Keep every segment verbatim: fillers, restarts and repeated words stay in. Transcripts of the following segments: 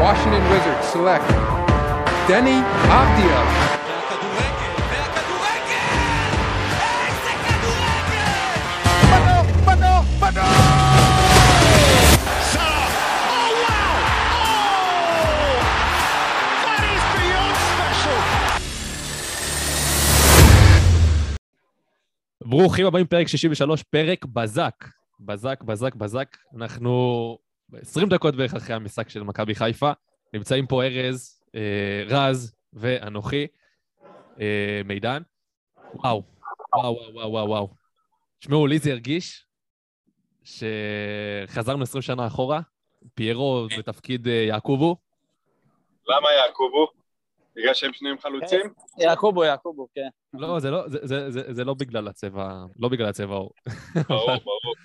Washington Wizards select Deni Avdija. ברוכים הבאים, פרק שישים ושלוש, פרק בזק, בזק, בזק, בזק. אנחנו עשרים דקות בערך אחרי המשחק של מכבי חיפה. נמצאים פה ארז, אה, רז ואנוכי, אה, מידן. וואו, וואו, וואו, וואו, וואו, וואו. תשמעו, לי זה הרגיש שחזרנו עשרים שנה אחורה, פיירו בתפקיד אה, יעקובו. למה יעקובו? בגלל שהם שניהם חלוצים? יעקובו, יעקובו, כן. לא, זה לא, זה, זה, זה, זה לא בגלל הצבע, לא בגלל הצבע האור. ברור, ברור.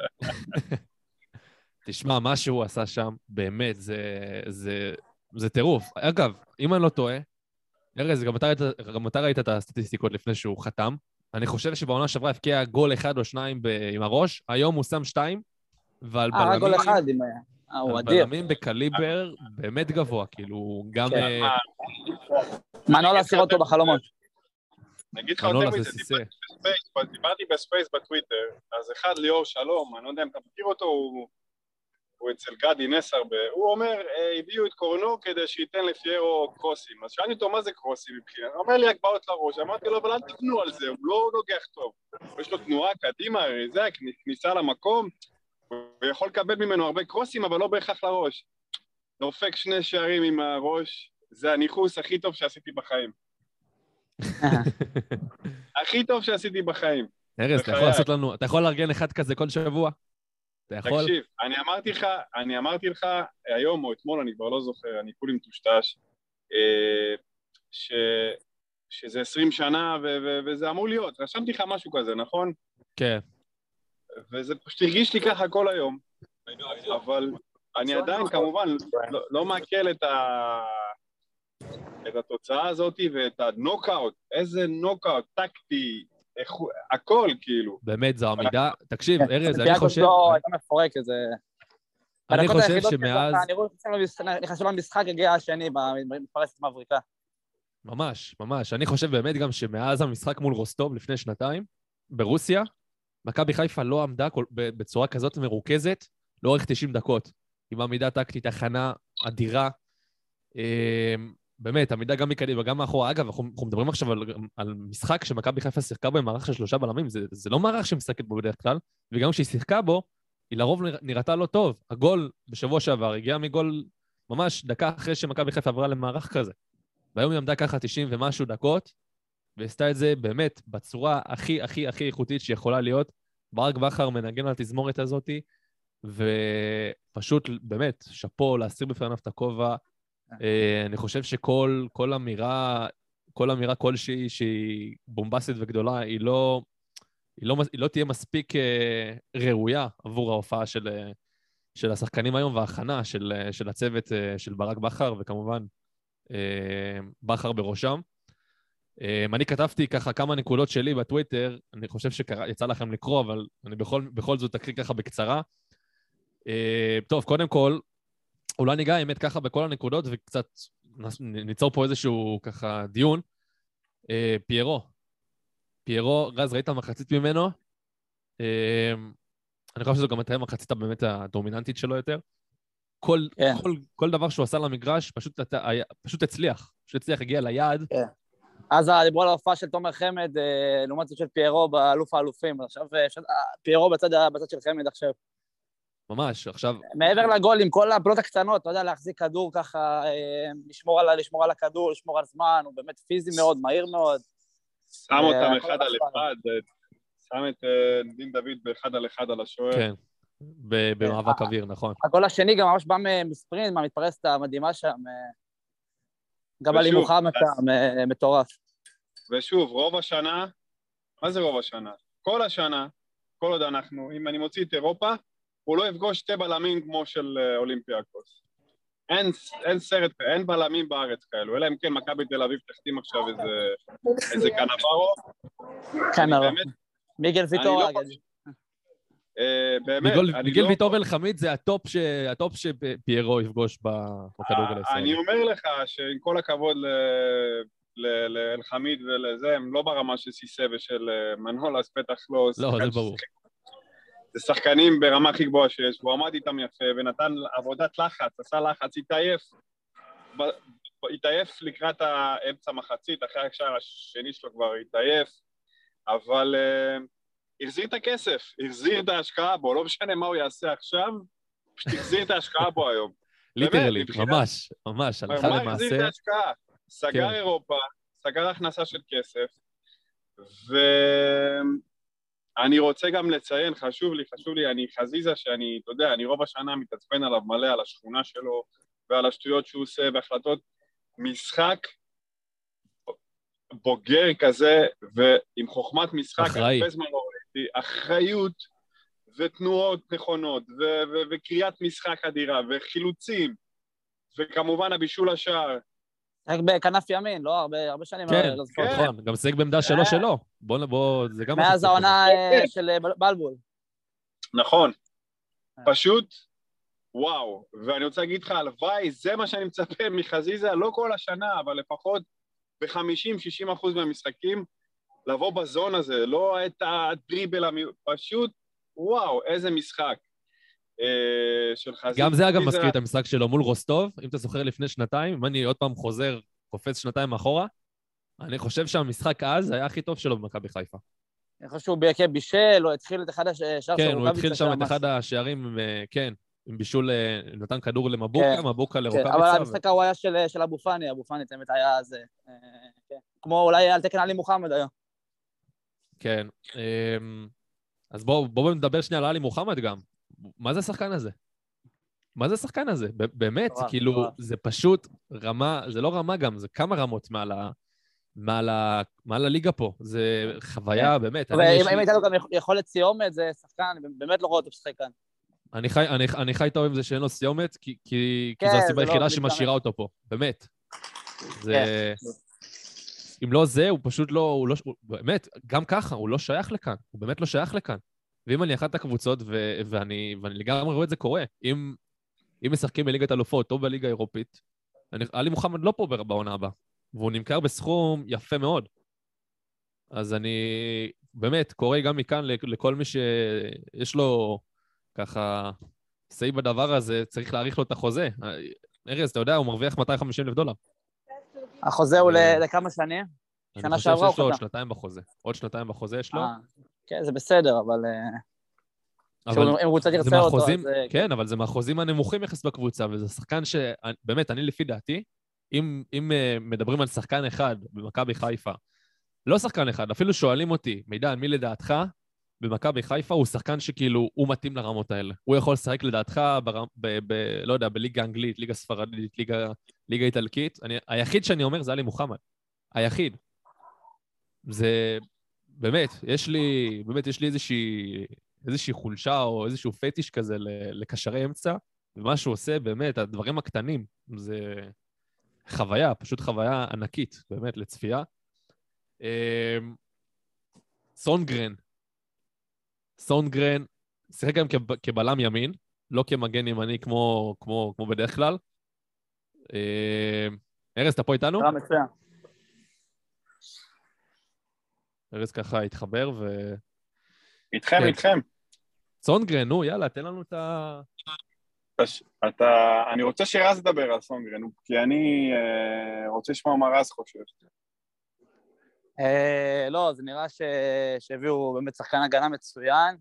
תשמע, מה שהוא עשה שם, באמת, זה, זה, זה טירוף. אגב, אם אני לא טועה, ארז, גם אתה, גם אתה ראית את הסטטיסטיקות לפני שהוא חתם. אני חושב שבעונה שעברה הפקיע גול אחד או שניים ב, עם הראש, היום הוא שם שתיים, ועל אה, רק גול אחד עם... אה, הוא אדיר. בלמים בקליבר באמת גבוה, כאילו, גם... מה לא להסיר אותו בחלומות? אני אגיד לך יותר מזה, דיברתי בספייס בטוויטר, אז אחד ליאור שלום, אני לא יודע אם אתה מכיר אותו, הוא אצל גדי נס הרבה, הוא אומר, הביאו את קורנו כדי שייתן לפיירו קרוסים, אז שאלתי אותו מה זה קרוסים מבחינה, הוא אומר לי הגבעות לראש, אמרתי לו, אבל אל תבנו על זה, הוא לא נוגח טוב, יש לו תנועה קדימה, זה כניסה למקום, הוא יכול לקבל ממנו הרבה קרוסים, אבל לא בהכרח לראש. דופק שני שערים עם הראש, זה הניחוס הכי טוב שעשיתי בחיים. הכי טוב שעשיתי בחיים. ארז, אתה יכול לעשות לנו, אתה יכול לארגן אחד כזה כל שבוע? אתה יכול? תקשיב, אני אמרתי לך, אני אמרתי לך, היום או אתמול, אני כבר לא זוכר, אני כולי מטושטש, ש... שזה עשרים שנה ו... ו... וזה אמור להיות. רשמתי לך משהו כזה, נכון? כן. וזה פשוט הרגיש לי ככה כל היום, אבל אני עדיין כמובן לא, לא מעכל את, ה... את התוצאה הזאת ואת הנוקאוט, איזה נוקאוט, טקטי, איך... הכל כאילו. באמת, זו עמידה, תקשיב, ארז, אני חושב... הייתה מפורק איזה... אני חושב שמאז... אני רואה נכנסו למשחק, הגיע השני במפרסת מבריקה. ממש, ממש. אני חושב באמת גם שמאז המשחק מול רוסטוב לפני שנתיים, ברוסיה, מכבי חיפה לא עמדה בצורה כזאת מרוכזת, לאורך תשעים דקות, עם עמידה טקטית, הכנה אדירה, באמת, עמידה גם מקדימה, גם מאחורה. אגב, אנחנו מדברים עכשיו על, על משחק שמכבי חיפה שיחקה בו עם מערך של שלושה בלמים, זה, זה לא מערך שמשחקת בו בדרך כלל, וגם כשהיא שיחקה בו, היא לרוב נראתה לא טוב. הגול בשבוע שעבר הגיע מגול ממש דקה אחרי שמכבי חיפה עברה למערך כזה, והיום היא עמדה ככה תשעים ומשהו דקות, ועשתה את זה באמת בצורה הכי הכי הכי איכותית שיכולה להיות. ברק בכר מנגן על התזמורת הזאת, ופשוט באמת, שפו להסיר בפניו את הכובע. אני חושב שכל כל אמירה, כל אמירה כלשהי שהיא בומבסית וגדולה, היא לא, היא לא, היא לא תהיה מספיק ראויה עבור ההופעה של, של השחקנים היום, וההכנה של, של הצוות של ברק בכר, וכמובן בכר בראשם. אני כתבתי ככה כמה נקודות שלי בטוויטר, אני חושב שיצא לכם לקרוא, אבל אני בכל, בכל זאת אקריא ככה בקצרה. טוב, קודם כל, אולי ניגע האמת ככה בכל הנקודות, וקצת ניצור פה איזשהו ככה דיון. פיירו. פיירו, רז, ראית מחצית ממנו? אני חושב שזו גם הייתה מחצית באמת הדומיננטית שלו יותר. כל, yeah. כל, כל דבר שהוא עשה למגרש, פשוט, פשוט הצליח. פשוט הצליח, הגיע ליעד. Yeah. אז דיברו על ההופעה של תומר חמד, לעומת זאת של פיירו באלוף האלופים. עכשיו, פיירו בצד, בצד של חמד עכשיו. ממש, עכשיו... מעבר לגול, עם כל הפעולות הקטנות, אתה יודע, להחזיק כדור ככה, לשמור על, לשמור על הכדור, לשמור על זמן, הוא באמת פיזי מאוד, מהיר מאוד. שם אותם אחד על אחד, שם את דין דוד באחד על אחד על השוער. כן, במאבק אוויר, נכון. הגול השני גם ממש בא מספרינט, מהמתפרסת המדהימה שם, גם על הימוכה מטורף. ושוב, רוב השנה, מה זה רוב השנה? כל השנה, כל עוד אנחנו, אם אני מוציא את אירופה, הוא לא יפגוש שתי בלמים כמו של אולימפיאקוס. אין, אין סרט, אין בלמים בארץ כאלו, אלא אם כן מכבי תל אביב תחתים עכשיו איזה, איזה קנברו. קנברו. מיגל ויטור. באמת, מיגל ויטור אל-חמיד זה הטופ שפיירו יפגוש בכדורגל הישראלי. אני אומר לך שעם כל הכבוד לאל-חמיד ולזה, הם לא ברמה של סיסה ושל מנהולס, בטח לא. לא, זה ברור. זה שחקנים ברמה הכי גבוהה שיש, הוא עמד איתם יפה ונתן עבודת לחץ, עשה לחץ, התעייף, התעייף לקראת האמצע מחצית, אחרי השער השני שלו כבר התעייף, אבל uh, החזיר את הכסף, החזיר את ההשקעה בו, לא משנה מה הוא יעשה עכשיו, פשוט החזיר את ההשקעה בו היום. ליטרלי, ממש, ממש, הלכה למעשה. מה החזיר את ההשקעה? סגר אירופה, סגר הכנסה של כסף, ואני רוצה גם לציין, חשוב לי, חשוב לי, אני חזיזה שאני, אתה יודע, אני רוב השנה מתעצבן עליו מלא, על השכונה שלו, ועל השטויות שהוא עושה, והחלטות משחק בוגר כזה, ועם חוכמת משחק, אחראי. הרבה זמן לא ראיתי, אחריות ותנועות נכונות, ו- ו- וקריאת משחק אדירה, וחילוצים, וכמובן הבישול השער. רק בכנף ימין, לא? הרבה, הרבה שנים. כן, נכון, גם שיחק בעמדה שלו שלו. בוא, בוא, זה גם... מאז העונה של בלבול. נכון. פשוט, וואו. ואני רוצה להגיד לך, הלוואי, זה מה שאני מצפה מחזיזה, לא כל השנה, אבל לפחות ב-חמישים שישים אחוז מהמשחקים, לבוא בזון הזה, לא את הדריבל, פשוט, וואו, איזה משחק. גם זה אגב מזכיר את המשחק שלו מול רוסטוב, אם אתה זוכר לפני שנתיים, אם אני עוד פעם חוזר, קופץ שנתיים מאחורה, אני חושב שהמשחק אז היה הכי טוב שלו במכבי חיפה. אני חושב שהוא בהיקף בישל, או התחיל את אחד השער שלו. כן, הוא התחיל שם את אחד השערים, כן, עם בישול, נתן כדור למבוקה, מבוקה לרוקאביצה. אבל המשחק הוא היה של אבו פאני, אבו פאני תמיד היה אז, כמו אולי על תקן עלי מוחמד היום. כן, אז בואו נדבר שנייה על עלי מוחמד גם. מה זה השחקן הזה? מה זה השחקן הזה? באמת, כאילו, זה פשוט רמה, זה לא רמה גם, זה כמה רמות מעל הליגה פה. זה חוויה, באמת. אם הייתה לו גם יכולת סיומת, זה שחקן, באמת לא רואה אותו ששחק כאן. אני חי טוב עם זה שאין לו סיומת, כי זו הסיבה היחידה שמשאירה אותו פה, באמת. אם לא זה, הוא פשוט לא, באמת, גם ככה, הוא לא שייך לכאן, הוא באמת לא שייך לכאן. ואם אני אחת הקבוצות, ו- ואני, ואני לגמרי רואה את זה קורה, אם, אם משחקים בליגת אלופות או בליגה האירופית, אני, עלי מוחמד לא פה בעונה הבאה, והוא נמכר בסכום יפה מאוד. אז אני באמת קורא גם מכאן לכל מי שיש לו ככה סעי בדבר הזה, צריך להאריך לו את החוזה. ארז, אתה יודע, הוא מרוויח מאתיים וחמישים אלף דולר. החוזה הוא לכמה שנים? שנה שעברה או חוזה? עוד שנתיים בחוזה. עוד שנתיים בחוזה יש לו. כן, זה בסדר, אבל... אם קבוצה תרצה אותו, אז... כן, אבל זה מהחוזים הנמוכים יחס בקבוצה, וזה שחקן שבאמת, אני לפי דעתי, אם מדברים על שחקן אחד במכבי חיפה, לא שחקן אחד, אפילו שואלים אותי, מידע, מי לדעתך במכבי חיפה הוא שחקן שכאילו הוא מתאים לרמות האלה. הוא יכול לשחק לדעתך, לא יודע, בליגה אנגלית, ליגה ספרדית, ליגה איטלקית. היחיד שאני אומר זה עלי מוחמד. היחיד. זה... באמת, יש לי, באמת, יש לי איזושהי, איזושהי חולשה או איזשהו פטיש כזה לקשרי אמצע, ומה שהוא עושה, באמת, הדברים הקטנים, זה חוויה, פשוט חוויה ענקית, באמת, לצפייה. סונגרן, סונגרן, שיחק גם כבלם ימין, לא כמגן ימני כמו, כמו, כמו בדרך כלל. ארז, אתה פה איתנו? תראה מצוין. ארז ככה התחבר ו... איתכם, איתכם. סונגרן, נו, יאללה, תן לנו את ה... אתה... אני רוצה שרז ידבר על סונגרן, כי אני רוצה לשמוע מה רז חושב. לא, זה נראה שהביאו באמת שחקן הגנה מצוין,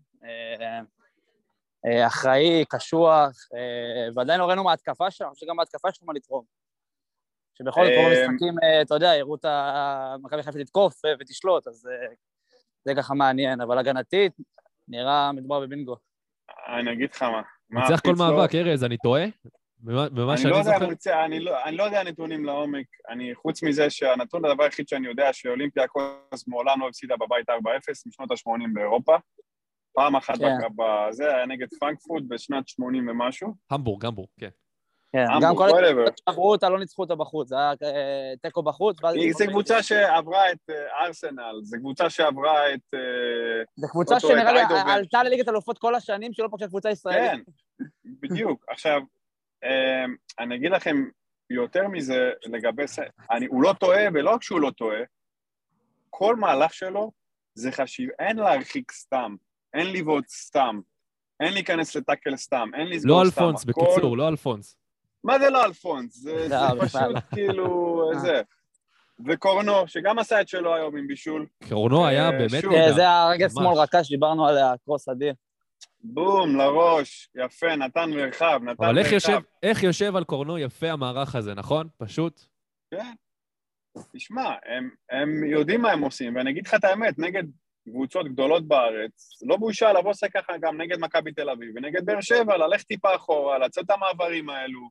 אחראי, קשוח, ועדיין לא ראינו מההתקפה שלנו, אני חושב שגם מההתקפה שלנו מה לתרום. שבכל זאת כל המשחקים, אתה יודע, יראו את מכבי חיפה לתקוף ותשלוט, אז זה ככה מעניין, אבל הגנתית נראה מדובר בבינגו. אני אגיד לך מה. ניצח כל מאבק, ארז, אני טועה? במה שאני זוכר? אני לא יודע נתונים לעומק, חוץ מזה שהנתון הדבר היחיד שאני יודע שאולימפיאקוס מעולם לא הפסידה בבית ארבע אפס משנות ה-שמונים באירופה, פעם אחת בזה היה נגד פרנקפורט בשנת שמונים ומשהו. המבורג, המבורג, כן. כן, גם כל הקבוצות שעברו אותה לא ניצחו אותה בחוץ, זה היה טקו בחוץ. זו קבוצה שעברה את ארסנל, זו קבוצה שעברה את... זו קבוצה שנראה לי עלתה לליגת אלופות כל השנים, שלא פוגשת קבוצה ישראלית. כן, בדיוק. עכשיו, אני אגיד לכם יותר מזה לגבי... הוא לא טועה, ולא רק שהוא לא טועה, כל מהלך שלו זה חשיב, אין להרחיק סתם, אין לבעוט סתם, אין להיכנס לטאקל סתם, אין לסגור סתם. לא אלפונס, בקיצור, לא אלפונס. מה זה לא אלפונס? זה פשוט כאילו, זה. וקורנו, שגם עשה את שלו היום עם בישול. קורנו היה באמת... זה הרגע שמאל רכה שדיברנו עליה, קרוס אדיר. בום, לראש, יפה, נתן מרחב, נתן מרחב. אבל איך יושב על קורנו יפה המערך הזה, נכון? פשוט. כן. תשמע, הם יודעים מה הם עושים, ואני אגיד לך את האמת, נגד קבוצות גדולות בארץ, לא בושה לבוא עושה ככה גם נגד מכבי תל אביב, ונגד באר שבע, ללכת טיפה אחורה, לצאת את המעברים האלו,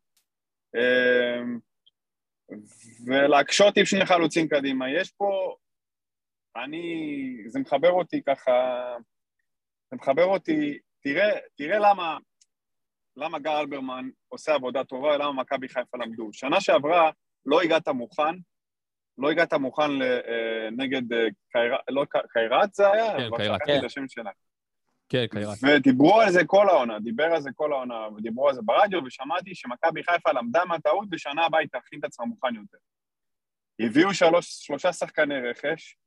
ולהקשות עם שני חלוצים קדימה. יש פה, אני, זה מחבר אותי ככה, זה מחבר אותי, תראה, תראה למה, למה גל אלברמן עושה עבודה טובה, ולמה מכבי חיפה למדו. שנה שעברה לא הגעת מוכן, לא הגעת מוכן נגד קיירת, לא קיירת זה היה? כן, קיירת. שכחתי את השם שלה. כן, קיירת. ודיברו על זה כל העונה, דיבר על זה כל העונה, ודיברו על זה ברדיו, ושמעתי שמכבי חיפה למדה מהטעות, בשנה הבאה היא תכין את עצמה מוכן יותר. הביאו שלוש, שלושה שחקני רכש,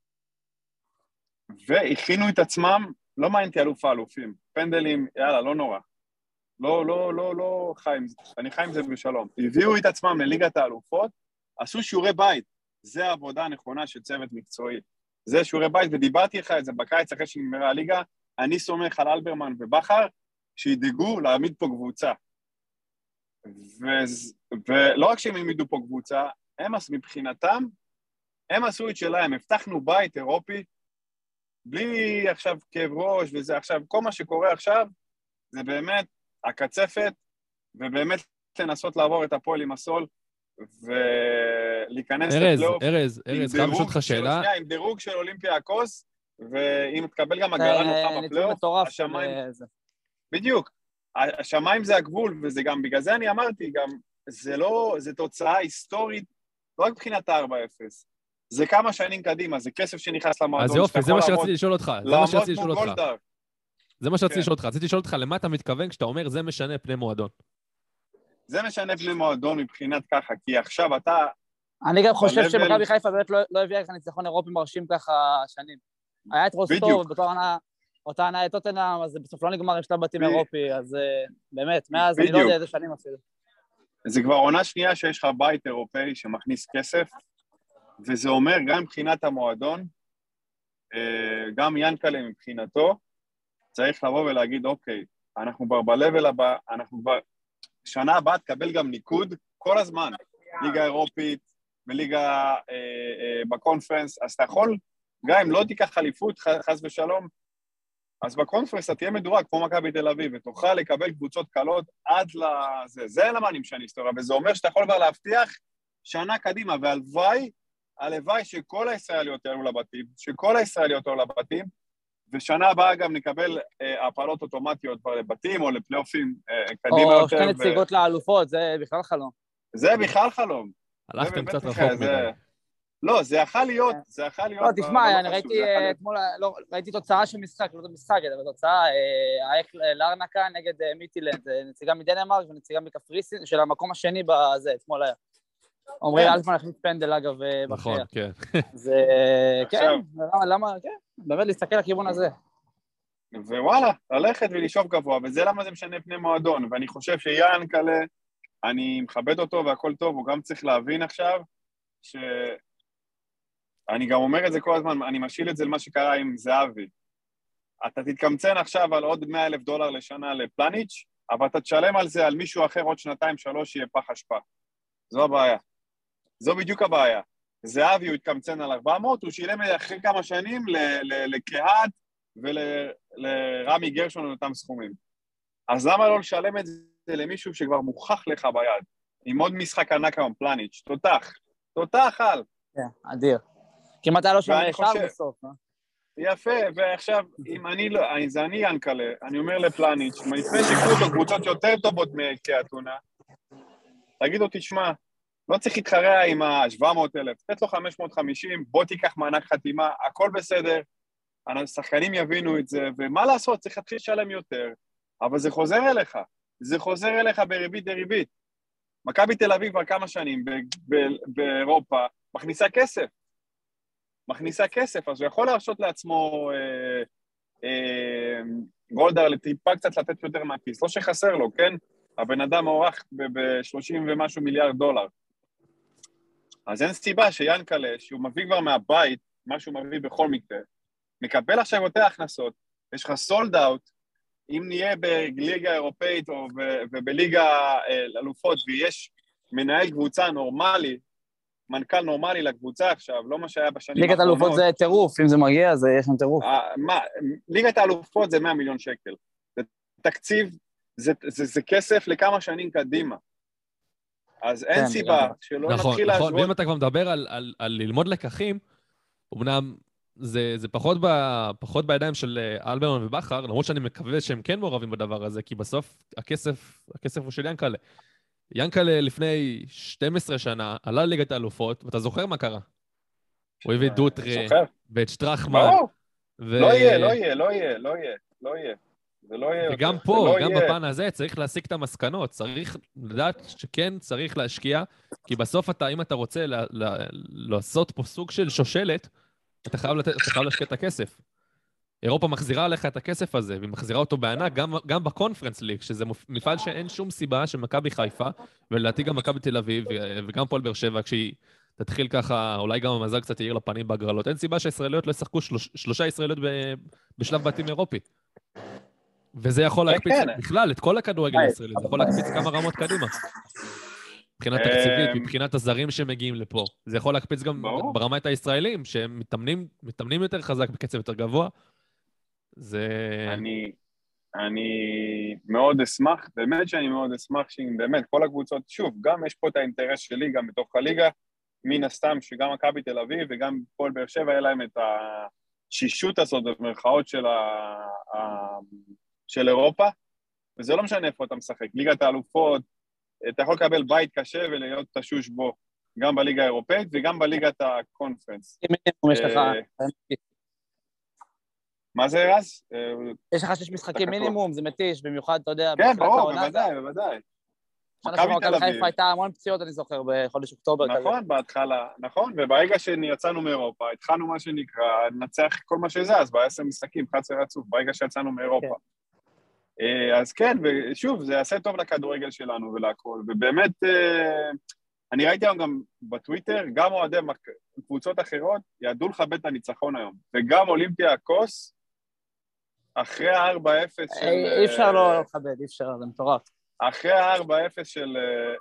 והכינו את עצמם, לא מעיינתי אלוף האלופים, פנדלים, יאללה, לא נורא. לא, לא, לא, לא, חיים, אני חיים זה בשלום. הביאו את עצמם לליגת האלופות, עשו שיעורי בית. זה העבודה הנכונה של צוות מקצועי. זה שיעורי בית, ודיברתי לך את זה בקיץ אחרי שנגמרה הליגה, אני סומך על אלברמן ובחר, שידאגו להעמיד פה קבוצה. ו- ולא רק שהם העמידו פה קבוצה, הם מבחינתם, הם עשו את שלהם, הבטחנו בית אירופי, בלי עכשיו כאב ראש וזה עכשיו, כל מה שקורה עכשיו, זה באמת הקצפת, ובאמת לנסות לעבור את הפועל עם הסול, ולהיכנס לפלייאוף. ארז, ארז, חייב לשאול אותך שאלה. עם דירוג של אולימפיאקוס, ואם תקבל גם הגרלה נוחה בפלייאוף, השמיים... בדיוק. השמיים זה הגבול, וזה גם, בגלל זה אני אמרתי, גם, זה לא, זה תוצאה היסטורית, לא רק מבחינת ארבע אפס. זה כמה שנים קדימה, זה כסף שנכנס למועדון. אז יופי, זה מה שרציתי לשאול אותך. זה מה שרציתי לשאול אותך. זה מה שרציתי לשאול אותך. רציתי לשאול אותך, למה אתה מתכוון כשאתה אומר, זה משנה פני מועדון? זה משנה פני מועדון מבחינת ככה, כי עכשיו אתה... אני גם חושב שמכבי חיפה באמת לא הביאה לך ניצחון אירופי מרשים ככה שנים. היה את רוסטוב, בתור אותה ענה את טוטנהאם, אז בסוף לא נגמר עם שלב בתים אירופי, אז באמת, מאז אני לא יודע איזה שנים אפילו. זה כבר עונה שנייה שיש לך בית אירופאי שמכניס כסף, וזה אומר גם מבחינת המועדון, גם ינקלה מבחינתו, צריך לבוא ולהגיד, אוקיי, אנחנו כבר בלבל הבא, אנחנו כבר... שנה הבאה תקבל גם ניקוד כל הזמן, ליגה אירופית וליגה אה, אה, בקונפרנס, אז אתה יכול, גם אם לא תיקח חליפות, חס ושלום, אז בקונפרנס אתה תהיה מדורג כמו מכבי תל אביב, ותוכל לקבל קבוצות קלות עד לזה, זה למה אני משנה היסטוריה, וזה אומר שאתה יכול כבר להבטיח שנה קדימה, והלוואי, הלוואי שכל הישראליות יעלו לבתים, שכל הישראליות יעלו לבתים, ושנה הבאה גם נקבל אה, הפעלות אוטומטיות כבר לבתים או לפלייאופים אה, קדימה או יותר. או שתי נציגות ו... לאלופות, זה בכלל חלום. זה בכלל חלום. הלכתם קצת רחוק מדי. זה... לא, זה יכול להיות, זה יכול להיות... לא, תשמע, אני ראיתי אתמול, לא, ראיתי תוצאה של משחק, לא משחק, אבל תוצאה, האייק לארנקה נגד מיטילנד, נציגה מדנמרק ונציגה מקפריסין, של המקום השני בזה, אתמול היה. עומרי אלטמן הכניס פנדל, אגב, נכון, כן. זה, כן, למה, כן, באמת להסתכל לכיוון הזה. ווואלה, ללכת ולשאוף גבוה, וזה למה זה משנה פני מועדון, ואני חושב שיאנקלה, אני מכבד אותו והכל טוב, הוא גם צריך להבין עכשיו, ש... אני גם אומר את זה כל הזמן, אני משיל את זה למה שקרה עם זהבי. אתה תתקמצן עכשיו על עוד מאה אלף דולר לשנה לפלניץ', אבל אתה תשלם על זה על מישהו אחר עוד שנתיים, שלוש, יהיה פח אשפה. זו הבעיה. זו בדיוק הבעיה. זהבי הוא התקמצן על ארבע מאות, הוא שילם אחרי כמה שנים לקהת ולרמי גרשון על אותם סכומים. אז למה לא לשלם את זה למישהו שכבר מוכח לך ביד? עם עוד משחק ענק היום, פלניץ', תותח. תותח על. כן, אדיר. כמעט היה לו שם שער בסוף, אה? יפה, ועכשיו, אם אני לא, זה אני ינקלה, אני אומר לפלניץ', לפני שיקחו אותו קבוצות יותר טובות מקהתונה, תגידו, תשמע, לא צריך להתחרע עם ה-שבע מאות אלף, תת לו חמש מאות וחמישים, בוא תיקח מענק חתימה, הכל בסדר, השחקנים יבינו את זה, ומה לעשות, צריך להתחיל לשלם יותר, אבל זה חוזר אליך, זה חוזר אליך בריבית דריבית. מכבי תל אביב כבר כמה שנים ב- ב- באירופה, מכניסה כסף, מכניסה כסף, אז הוא יכול להרשות לעצמו אה, אה, גולדהר לטיפה קצת לתת יותר מהכיס, לא שחסר לו, כן? הבן אדם מעורך ב-שלושים ומשהו מיליארד דולר. אז אין סיבה שיאנקלה, שהוא מביא כבר מהבית, מה שהוא מביא בכל מקרה, מקבל עכשיו יותר הכנסות, יש לך סולד אאוט, אם נהיה בליגה אירופאית או בליגה אלופות, ויש מנהל קבוצה נורמלי, מנכ"ל נורמלי לקבוצה עכשיו, לא מה שהיה בשנים האחרונות. ליגת האלופות זה טירוף, אם זה מגיע, אז יש שם טירוף. מה, ליגת האלופות זה מאה מיליון שקל. זה תקציב, זה, זה, זה כסף לכמה שנים קדימה. אז אין סיבה שלא נתחיל להשוות. נכון, ואם אתה כבר מדבר על, על, על ללמוד לקחים, אמנם זה, זה פחות, ב, פחות בידיים של אלברמן ובחר, למרות שאני מקווה שהם כן מעורבים בדבר הזה, כי בסוף הכסף, הכסף הוא של ינקלה. ינקלה לפני שתים עשרה שנה עלה ליגת האלופות, ואתה זוכר מה קרה? הוא הביא דוטרה ואת שטרחמן. לא יהיה, לא יהיה, לא יהיה, לא יהיה, לא יהיה. וגם פה, גם בפן הזה, צריך להסיק את המסקנות, צריך לדעת שכן צריך להשקיע, כי בסוף אתה, אם אתה רוצה לעשות פה סוג של שושלת, אתה חייב להשקיע את הכסף. אירופה מחזירה עליך את הכסף הזה, והיא מחזירה אותו בענק, גם, גם בקונפרנס ליג, שזה מפעל שאין שום סיבה שמכבי חיפה, ולדעתי גם מכבי תל אביב, וגם פועל באר שבע, כשהיא תתחיל ככה, אולי גם המזל קצת יאיר לפנים בהגרלות, אין סיבה שישראליות לא ישחקו שלוש, שלושה ישראליות בשלב בתים אירופי. וזה יכול להקפיץ בכלל את כל הכדורגל הישראלי, זה יכול להקפיץ כמה רמות קדימה. מבחינת תקציבית, מבחינת הזרים שמגיעים לפה. זה יכול להקפיץ גם ברמת הישראלים, שהם מתאמנים, מתאמנים יותר חזק בקצב יותר גבוה. זה... אני, אני מאוד אשמח, באמת שאני מאוד אשמח שאם באמת כל הקבוצות, שוב, גם יש פה את האינטרס שלי, גם בתוך הליגה, מן הסתם שגם מכבי תל אביב וגם פועל באר שבע, היה להם את השישות הזאת במרכאות של, ה, ה, של אירופה, וזה לא משנה איפה אתה משחק. ליגת האלופות, אתה יכול לקבל בית קשה ולהיות תשוש בו, גם בליגה האירופאית וגם בליגת הקונפרנס. יש לך... מה זה, רז? יש לך שיש משחקים מינימום, זה מתיש, במיוחד, אתה יודע... כן, ברור, בוודאי, בוודאי. מכבי חיפה הייתה המון פציעות, אני זוכר, בחודש אוקטובר. נכון, בהתחלה, נכון, וברגע שיצאנו מאירופה, התחלנו מה שנקרא, נצח כל מה שזה, אז בעשר משחקים, אחד עשר רצוף, ברגע שיצאנו מאירופה. אז כן, ושוב, זה יעשה טוב לכדורגל שלנו ולהכל, ובאמת, אני ראיתי היום גם בטוויטר, גם אוהדי קבוצות אחרות, יעדו לך בית הניצחון היום, וגם אולימפיאקוס, אחרי ה-ארבע אפס של... אי אפשר לא לכבד, אי אפשר, זה מטורף. אחרי ה-ארבע אפס של...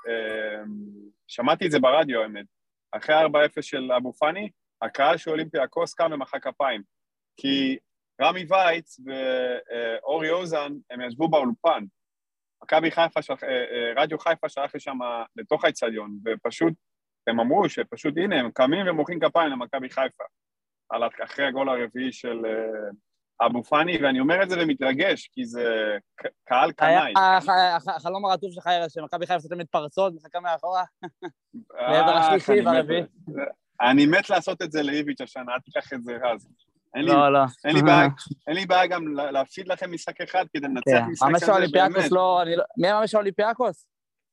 שמעתי את זה ברדיו, האמת. אחרי ה-ארבע אפס של אבו פאני, הקהל של אולימפיאקוס קם ומחא כפיים. כי רמי וייץ ואורי אוזן, הם ישבו באולפן. מכבי חיפה, רדיו חיפה שלח לשם לתוך האצטדיון, ופשוט, הם אמרו שפשוט, הנה, הם קמים ומוחאים כפיים למכבי חיפה, אחרי הגול הרביעי של... אבו פאני, ואני אומר את זה ומתרגש, כי זה קהל קנאי. החלום הרטוב שלך היה שמכבי חיפה תמיד פרצות, מחכה מאחורה, לעבר השלישי והרביעי. אני מת לעשות את זה לאיביץ' השנה, אל תיקח את זה רז. לא, לא. אין לי בעיה גם להפסיד לכם משחק אחד, כדי לנצח משחק כזה באמת. מי המאמן של אולימפיאקוס?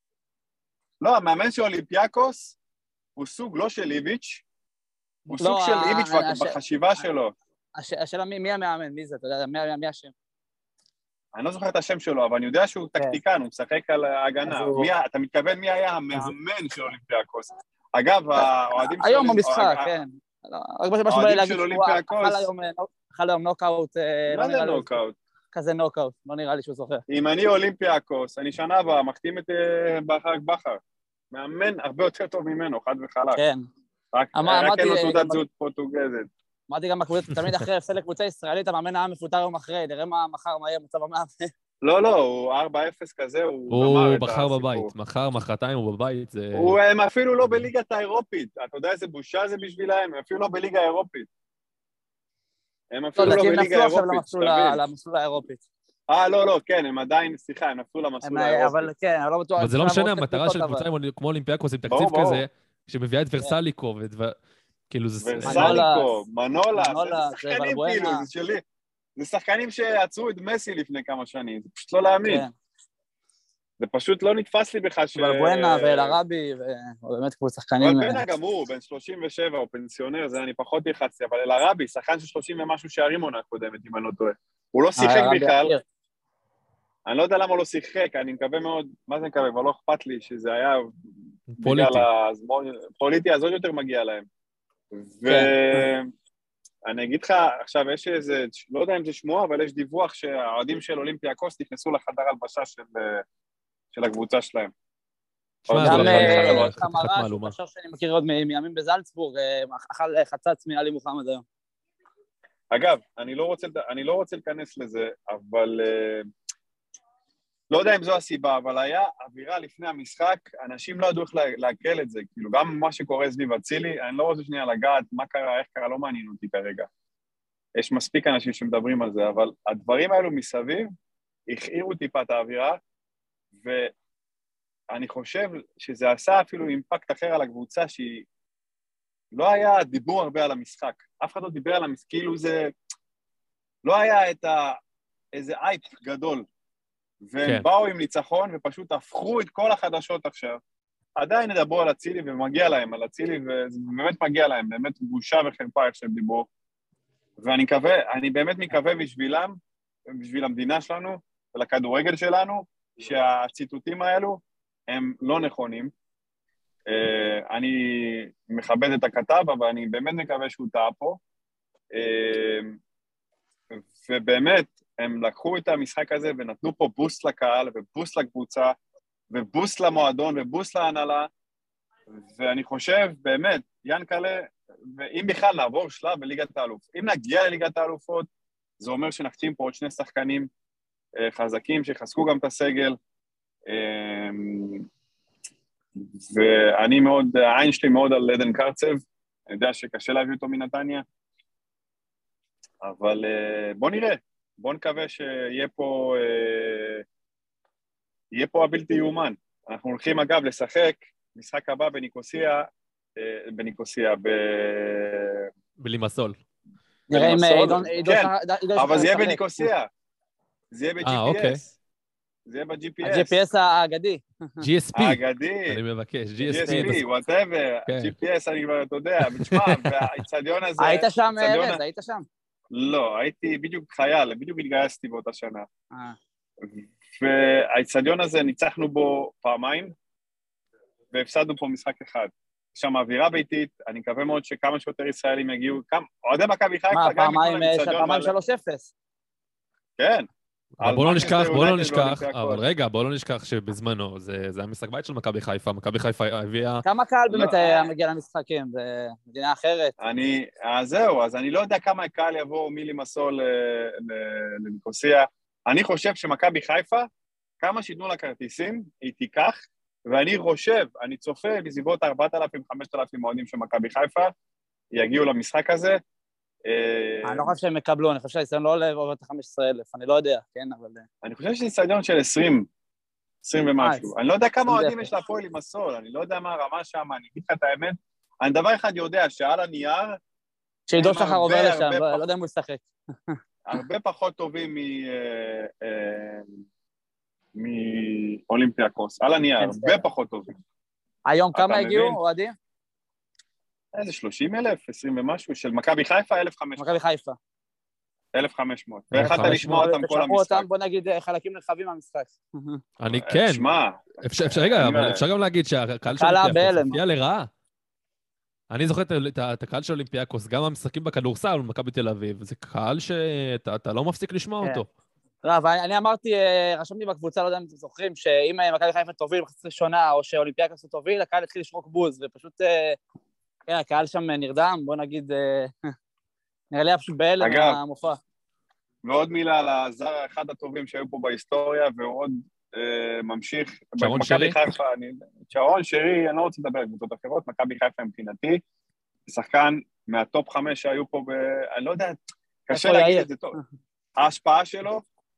לא, המאמן של אולימפיאקוס הוא סוג לא של איביץ', הוא סוג של איביץ' בחשיבה שלו. השאלה מי המאמן, מי זה, אתה יודע, מי השם? אני לא זוכר את השם שלו, אבל אני יודע שהוא טקטיקן, הוא משחק על ההגנה. אתה מתכוון מי היה המאמן של אולימפיאקוס? אגב, האוהדים של... היום במשחק, כן. האוהדים של אולימפיאקוס... חל היום נוקאוט... מה זה נוקאוט? כזה נוקאוט, לא נראה לי שהוא זוכר. אם אני אולימפיאקוס, אני שנה הבאה, מחתים את בכר בכר. מאמן הרבה יותר טוב ממנו, חד וחלק. כן. רק אין לו תעודת זהות פורטוגזית. אמרתי גם, תמיד אחרי הפסד לקבוצה ישראלית, המאמן היה מפוטר יום אחרי, נראה מה מחר, מה יהיה מצב המאמן. לא, לא, הוא ארבע אפס כזה, הוא הוא בחר בבית, מחר, מחרתיים הוא בבית. הם אפילו לא בליגת האירופית, אתה יודע איזה בושה זה בשבילהם, הם אפילו לא בליגה האירופית. הם אפילו לא בליגה האירופית, תבין. למסלול האירופית. אה, לא, לא, כן, הם עדיין, סליחה, הם נפלו למסלול האירופי. אבל כן, אבל לא בטוח. אבל זה לא משנה, המטרה של קבוצה כמו אולימפיאקוס עם תקציב כזה, שמביאה את ורסליקו, כאילו זה... ורסליקו, מנולה, זה שחקנים כאילו, זה שלי. זה שחקנים שעצרו את מסי לפני כמה שנים, זה פשוט לא להאמין. זה פשוט לא נתפס לי בכלל ש... ולבואנה ואל-ערבי, ובאמת כמו שחקנים... ולבואנה גם הוא, בן שלושים ושבע, הוא פנסיונר, זה אני פחות יחצתי, אבל אל-ערבי, שחקן של שלושים ומשהו שערים עונה קודמת, אם אני לא טועה. הוא לא שיחק בכלל. אני לא יודע למה הוא לא שיחק, אני מקווה מאוד, מה זה מקווה, אבל לא אכפת לי שזה היה... פוליטי. פוליטי, אז עוד יותר מגיע להם. ואני אגיד לך, עכשיו יש איזה, לא יודע אם זה שמוע, אבל יש דיווח שהאוהדים של אולימפיאקוס נכנסו לחדר הלבשה של... של הקבוצה שלהם. גם חמרה, שהוא חשב שאני מכיר עוד מימים בזלצבורג, אכל חצץ מאלי מוחמד היום. אגב, אני לא רוצה, אני לא רוצה להיכנס לזה, אבל לא יודע אם זו הסיבה, אבל היה אווירה לפני המשחק, אנשים לא ידעו איך להקל את זה, כאילו גם מה שקורה סביב אצילי, אני לא רוצה שנייה לגעת, מה קרה, איך קרה, לא מעניין אותי כרגע. יש מספיק אנשים שמדברים על זה, אבל הדברים האלו מסביב, הכעירו טיפה את האווירה, ואני חושב שזה עשה אפילו אימפקט אחר על הקבוצה, שהיא לא היה דיבור הרבה על המשחק. אף אחד לא דיבר על המשחק, כאילו זה... לא היה את ה... איזה אייפ גדול. והם כן. באו עם ניצחון ופשוט הפכו את כל החדשות עכשיו. עדיין נדברו על אצילי ומגיע להם, על אצילי, וזה באמת מגיע להם, באמת בושה וחרפה איך שהם דיברו. ואני מקווה, אני באמת מקווה בשבילם, בשביל המדינה שלנו ולכדורגל שלנו, שהציטוטים האלו הם לא נכונים. אני מכבד את הכתב, אבל אני באמת מקווה שהוא טעה פה. ובאמת, הם לקחו את המשחק הזה ונתנו פה בוסט לקהל, ובוסט לקבוצה, ובוסט למועדון, ובוסט להנהלה, ואני חושב, באמת, ינקלה, ואם בכלל נעבור שלב בליגת האלופות, אם נגיע לליגת האלופות, זה אומר שנחתים פה עוד שני שחקנים חזקים, שחזקו גם את הסגל, ואני מאוד, העין שלי מאוד על עדן קרצב, אני יודע שקשה להביא אותו מנתניה, אבל בוא נראה, בוא נקווה שיהיה פה, יהיה פה הבלתי יאומן. אנחנו הולכים אגב לשחק, משחק הבא בניקוסיה, בניקוסיה, ב... בלימסול. נראה אם עידו... כן, אבל זה יהיה בניקוסיה, זה יהיה ב-ג'י פי אס. זה יהיה ב-ג'י פי אס. ה-ג'י פי אס האגדי. ג'י אס פי. האגדי. אני מבקש, ג'י אס פי, whatever. ג'י פי אס אני כבר, אתה יודע, משמע, והאיצטדיון הזה... היית שם, ארז, היית שם? לא, הייתי בדיוק חייל, בדיוק התגייסתי באותה שנה. והאיצטדיון הזה ניצחנו בו פעמיים, והפסדנו פה משחק אחד. יש שם אווירה ביתית, אני מקווה מאוד שכמה שיותר ישראלים יגיעו, אוהדי מכבי חיפה, מה, פעמיים שלוש אפס? כן. בואו לא נשכח, בואו לא נשכח, אבל רגע, בואו לא נשכח שבזמנו, זה המשחק בית של מכבי חיפה, מכבי חיפה הביאה... כמה קהל באמת היה מגיע למשחקים במדינה אחרת? אני, זהו, אז אני לא יודע כמה קהל יבוא מלימסול לניקוסיה. אני חושב שמכבי חיפה, כמה שיתנו לה כרטיסים, היא תיקח, ואני חושב, אני צופה בסביבות ארבעת אלפים חמשת אלפים אוהדים של מכבי חיפה, יגיעו למשחק הזה. אני לא חושב שהם יקבלו, אני חושב שהניסיון לא עולה עובר את ה-חמישה עשר אלף, אני לא יודע, כן, אבל... אני חושב שזה ניסיון של עשרים, עשרים ומשהו. אני לא יודע כמה אוהדים יש להפועל לימסול, אני לא יודע מה הרמה שם, אני אגיד לך את האמת. אני דבר אחד יודע, שעל הנייר... שעידו שחר עובר לשם, לא יודע אם הוא ישחק. הרבה פחות טובים מאולימפיאקוס, על הנייר, הרבה פחות טובים. היום כמה הגיעו, אוהדים? איזה שלושים אלף, עשרים ומשהו, של מכבי חיפה, אלף וחמש מאות. מכבי חיפה. אלף וחמש מאות. ואחת לשמוע אותם כל המשחק. אותם, בוא נגיד, חלקים נרחבים מהמשחק. אני כן. שמע. רגע, אבל אפשר גם להגיד שהקהל של אולימפיאקוס הופיע לרעה. אני זוכר את הקהל של אולימפיאקוס, גם המשחקים בכדורסל במכבי תל אביב, זה קהל שאתה לא מפסיק לשמוע אותו. רב, אני אמרתי, רשמתי בקבוצה, לא יודע אם אתם זוכרים, שאם מכבי חיפה תוביל בחצי ראשונה, או שאולימפיאקוס תוביל, הקהל התחיל לשרוק בוז, ופשוט, כן, הקהל שם נרדם, בוא נגיד, נראה לי פשוט בהלם המופע. ועוד מילה על הזר אחד הטובים שהיו פה בהיסטוריה, ועוד ממשיך. שרון שרי? שרון שרי, אני לא רוצה לדבר על קבוצות אחרות, מכבי חיפה מבחינתי, שחקן מהטופ חמש שהיו פה, אני לא יודע, קשה להגיד את זה טוב. ההשפעה שלו,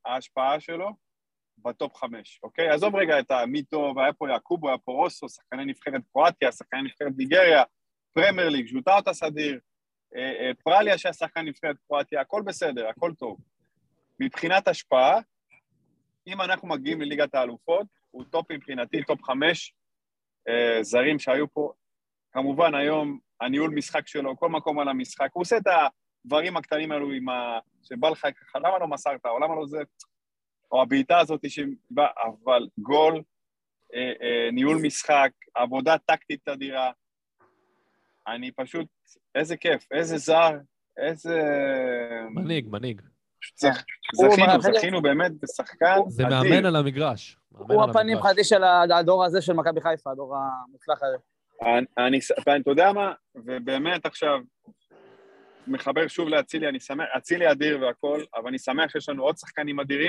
ההשפעה שלו בטופ חמש, אוקיי? עזוב רגע את המיטו, והיה פה יעקובו, היה פה רוסו, שחקני נבחרת קרואטיה, שחקני נבחרת ניגריה, פרמייר ליג, ז'וטאוטה סדיר, פרליה שהיה שחקן נבחרת קרואטיה, הכל בסדר, הכל טוב. מבחינת השפעה, אם אנחנו מגיעים לליגת האלופות, הוא טופ מבחינתי, טופ חמש, זרים שהיו פה, כמובן היום הניהול משחק שלו, כל מקום על המשחק, הוא עושה את הדברים הקטנים האלו עם ה... שבא לך ככה, למה לא מסרת, או למה לא זה... או הבעיטה הזאת שבא, אבל גול, אה, אה, ניהול משחק, עבודה טקטית אדירה, אני פשוט, איזה כיף, איזה זר, איזה... מנהיג, מנהיג. צריך, זכינו, זכינו באמת בשחקן זה אדיר. מאמן על המגרש. הוא הפנים חדי של הדור הזה של מכבי חיפה, הדור המוצלח הזה. אני, אני, אתה יודע מה, ובאמת עכשיו, מחבר שוב להצילי, אני שמח, אצילי אדיר והכל, אבל אני שמח שיש לנו עוד שחקנים אדירים,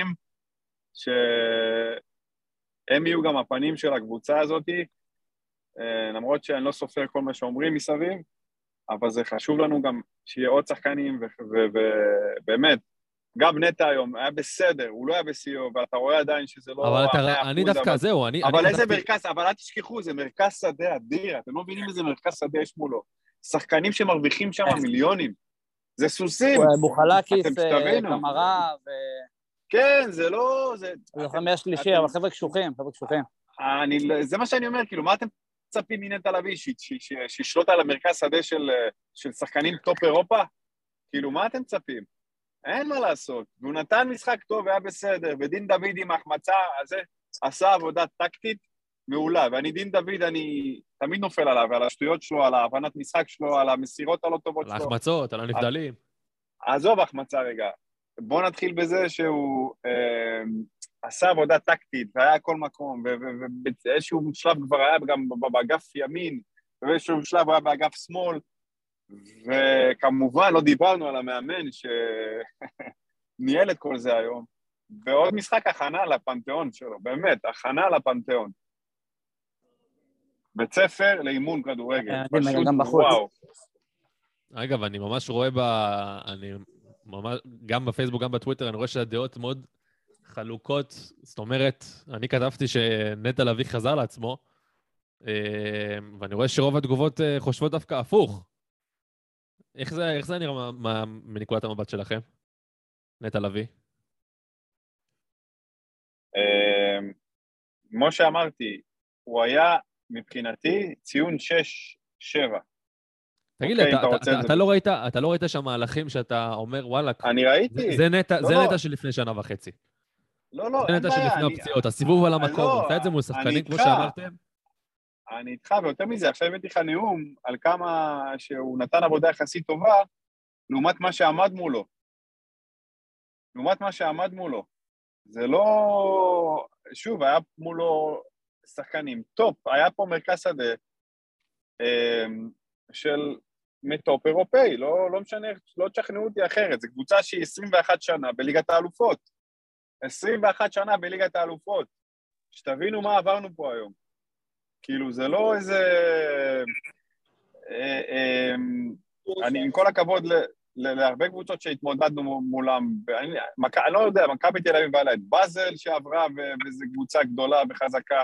שהם יהיו גם הפנים של הקבוצה הזאת, למרות שאני לא סופר כל מה שאומרים מסביב, אבל זה חשוב לנו גם שיהיה עוד שחקנים, ובאמת, גם נטע היום היה בסדר, הוא לא היה בסיום, ואתה רואה עדיין שזה לא... אבל אתה, אני דווקא, זהו, אני... אבל איזה מרכז, אבל אל תשכחו, זה מרכז שדה אדיר, אתם לא מבינים איזה מרכז שדה יש מולו. שחקנים שמרוויחים שם מיליונים. זה סוסים. בוחלקיס, קמרה ו... כן, זה לא... זה לוחמי השלישי, אבל חבר'ה קשוחים, חבר'ה קשוחים. זה מה שאני אומר, כאילו, מה אתם מצפים מנטע לביא, שישלוט על המרכז שדה של שחקנים טופ אירופה? כאילו, מה אתם מצפים? אין מה לעשות. והוא נתן משחק טוב, היה בסדר, ודין דוד עם ההחמצה הזה, עשה עבודה טקטית מעולה, ואני דין דוד, אני תמיד נופל עליו, על השטויות שלו, על ההבנת משחק שלו, על המסירות הלא טובות שלו. על ההחמצות, על הנבדלים. עזוב החמצה רגע. בוא נתחיל בזה שהוא אה, עשה עבודה טקטית, והיה כל מקום, ובאיזשהו שלב כבר היה גם באגף ימין, ובאיזשהו שלב הוא היה באגף שמאל, וכמובן לא דיברנו על המאמן שניהל את כל זה היום, ועוד משחק הכנה לפנתיאון שלו, באמת, הכנה לפנתיאון. בית ספר לאימון כדורגל, פשוט וואו. אגב, אני ממש רואה ב... אני ממש... גם בפייסבוק, גם בטוויטר, אני רואה שהדעות מאוד חלוקות, זאת אומרת, אני כתבתי שנטע לביא חזר לעצמו, ואני רואה שרוב התגובות חושבות דווקא הפוך. איך זה, איך זה נראה מה, מנקודת המבט שלכם? נטע לביא. כמו שאמרתי, הוא היה מבחינתי ציון שש שבע. תגיד לי, אתה לא ראית, אתה לא ראית שהמהלכים שאתה אומר, וואלה, אני ראיתי. זה נטע, זה נטע של לפני שנה וחצי. לא, לא, זה נטע של לפני הפציעות, הסיבוב על המקום, עושה את זה מול שחקנים כמו שאמרתם. אני איתך, ויותר מזה, עכשיו הבאתי לך נאום על כמה שהוא נתן עבודה יחסית טובה, לעומת מה שעמד מולו. לעומת מה שעמד מולו. זה לא... שוב, היה מולו שחקנים. טופ, היה פה מרכז שדה של מטופ אירופאי, לא, לא משנה, לא תשכנעו אותי אחרת. זו קבוצה שהיא עשרים ואחת שנה בליגת האלופות. עשרים ואחת שנה בליגת האלופות. שתבינו מה עברנו פה היום. כאילו, זה לא איזה... אני, עם כל הכבוד להרבה קבוצות שהתמודדנו מולם, אני לא יודע, מכבי תל אביב ועלה את באזל שעברה, וזו קבוצה גדולה וחזקה.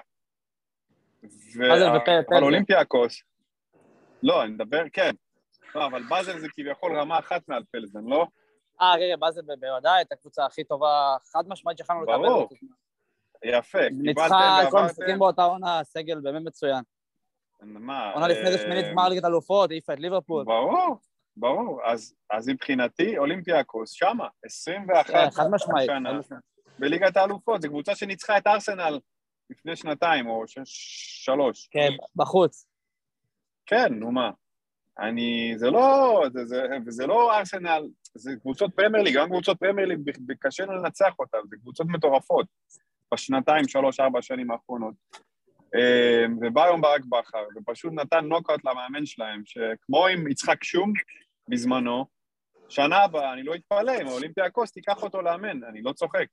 אבל אולימפיאקוס, לא, אני מדבר, כן. לא, אבל באזל זה כביכול רמה אחת מעל פלזן, לא? אה, רגע, באזל בוודאי, את הקבוצה הכי טובה, חד משמעית שחלנו לקבל. ברור. יפה. ניצחה כל משחקים באותה עונה, סגל באמת מצוין. מה? עונה לפני זה שמינית גמר ליגת אלופות, העיפה את ליברפול. ברור, ברור. אז מבחינתי, אולימפיאקוס, שמה, עשרים ואחת שנה. בליגת האלופות, זו קבוצה שניצחה את ארסנל לפני שנתיים או שלוש. כן, בחוץ. כן, נו מה. אני, זה לא, זה לא ארסנל, זה קבוצות פרמייר ליג, גם קבוצות פרמייר ליג, קשה לנצח אותן, זה קבוצות מטורפות. בשנתיים, שלוש, ארבע שנים האחרונות. ובא היום ברק בכר, ופשוט נתן נוקאוט למאמן שלהם, שכמו עם יצחק שום בזמנו, שנה הבאה, אני לא אתפלא, אם האולימפיאקוס תיקח אותו לאמן, אני לא צוחק.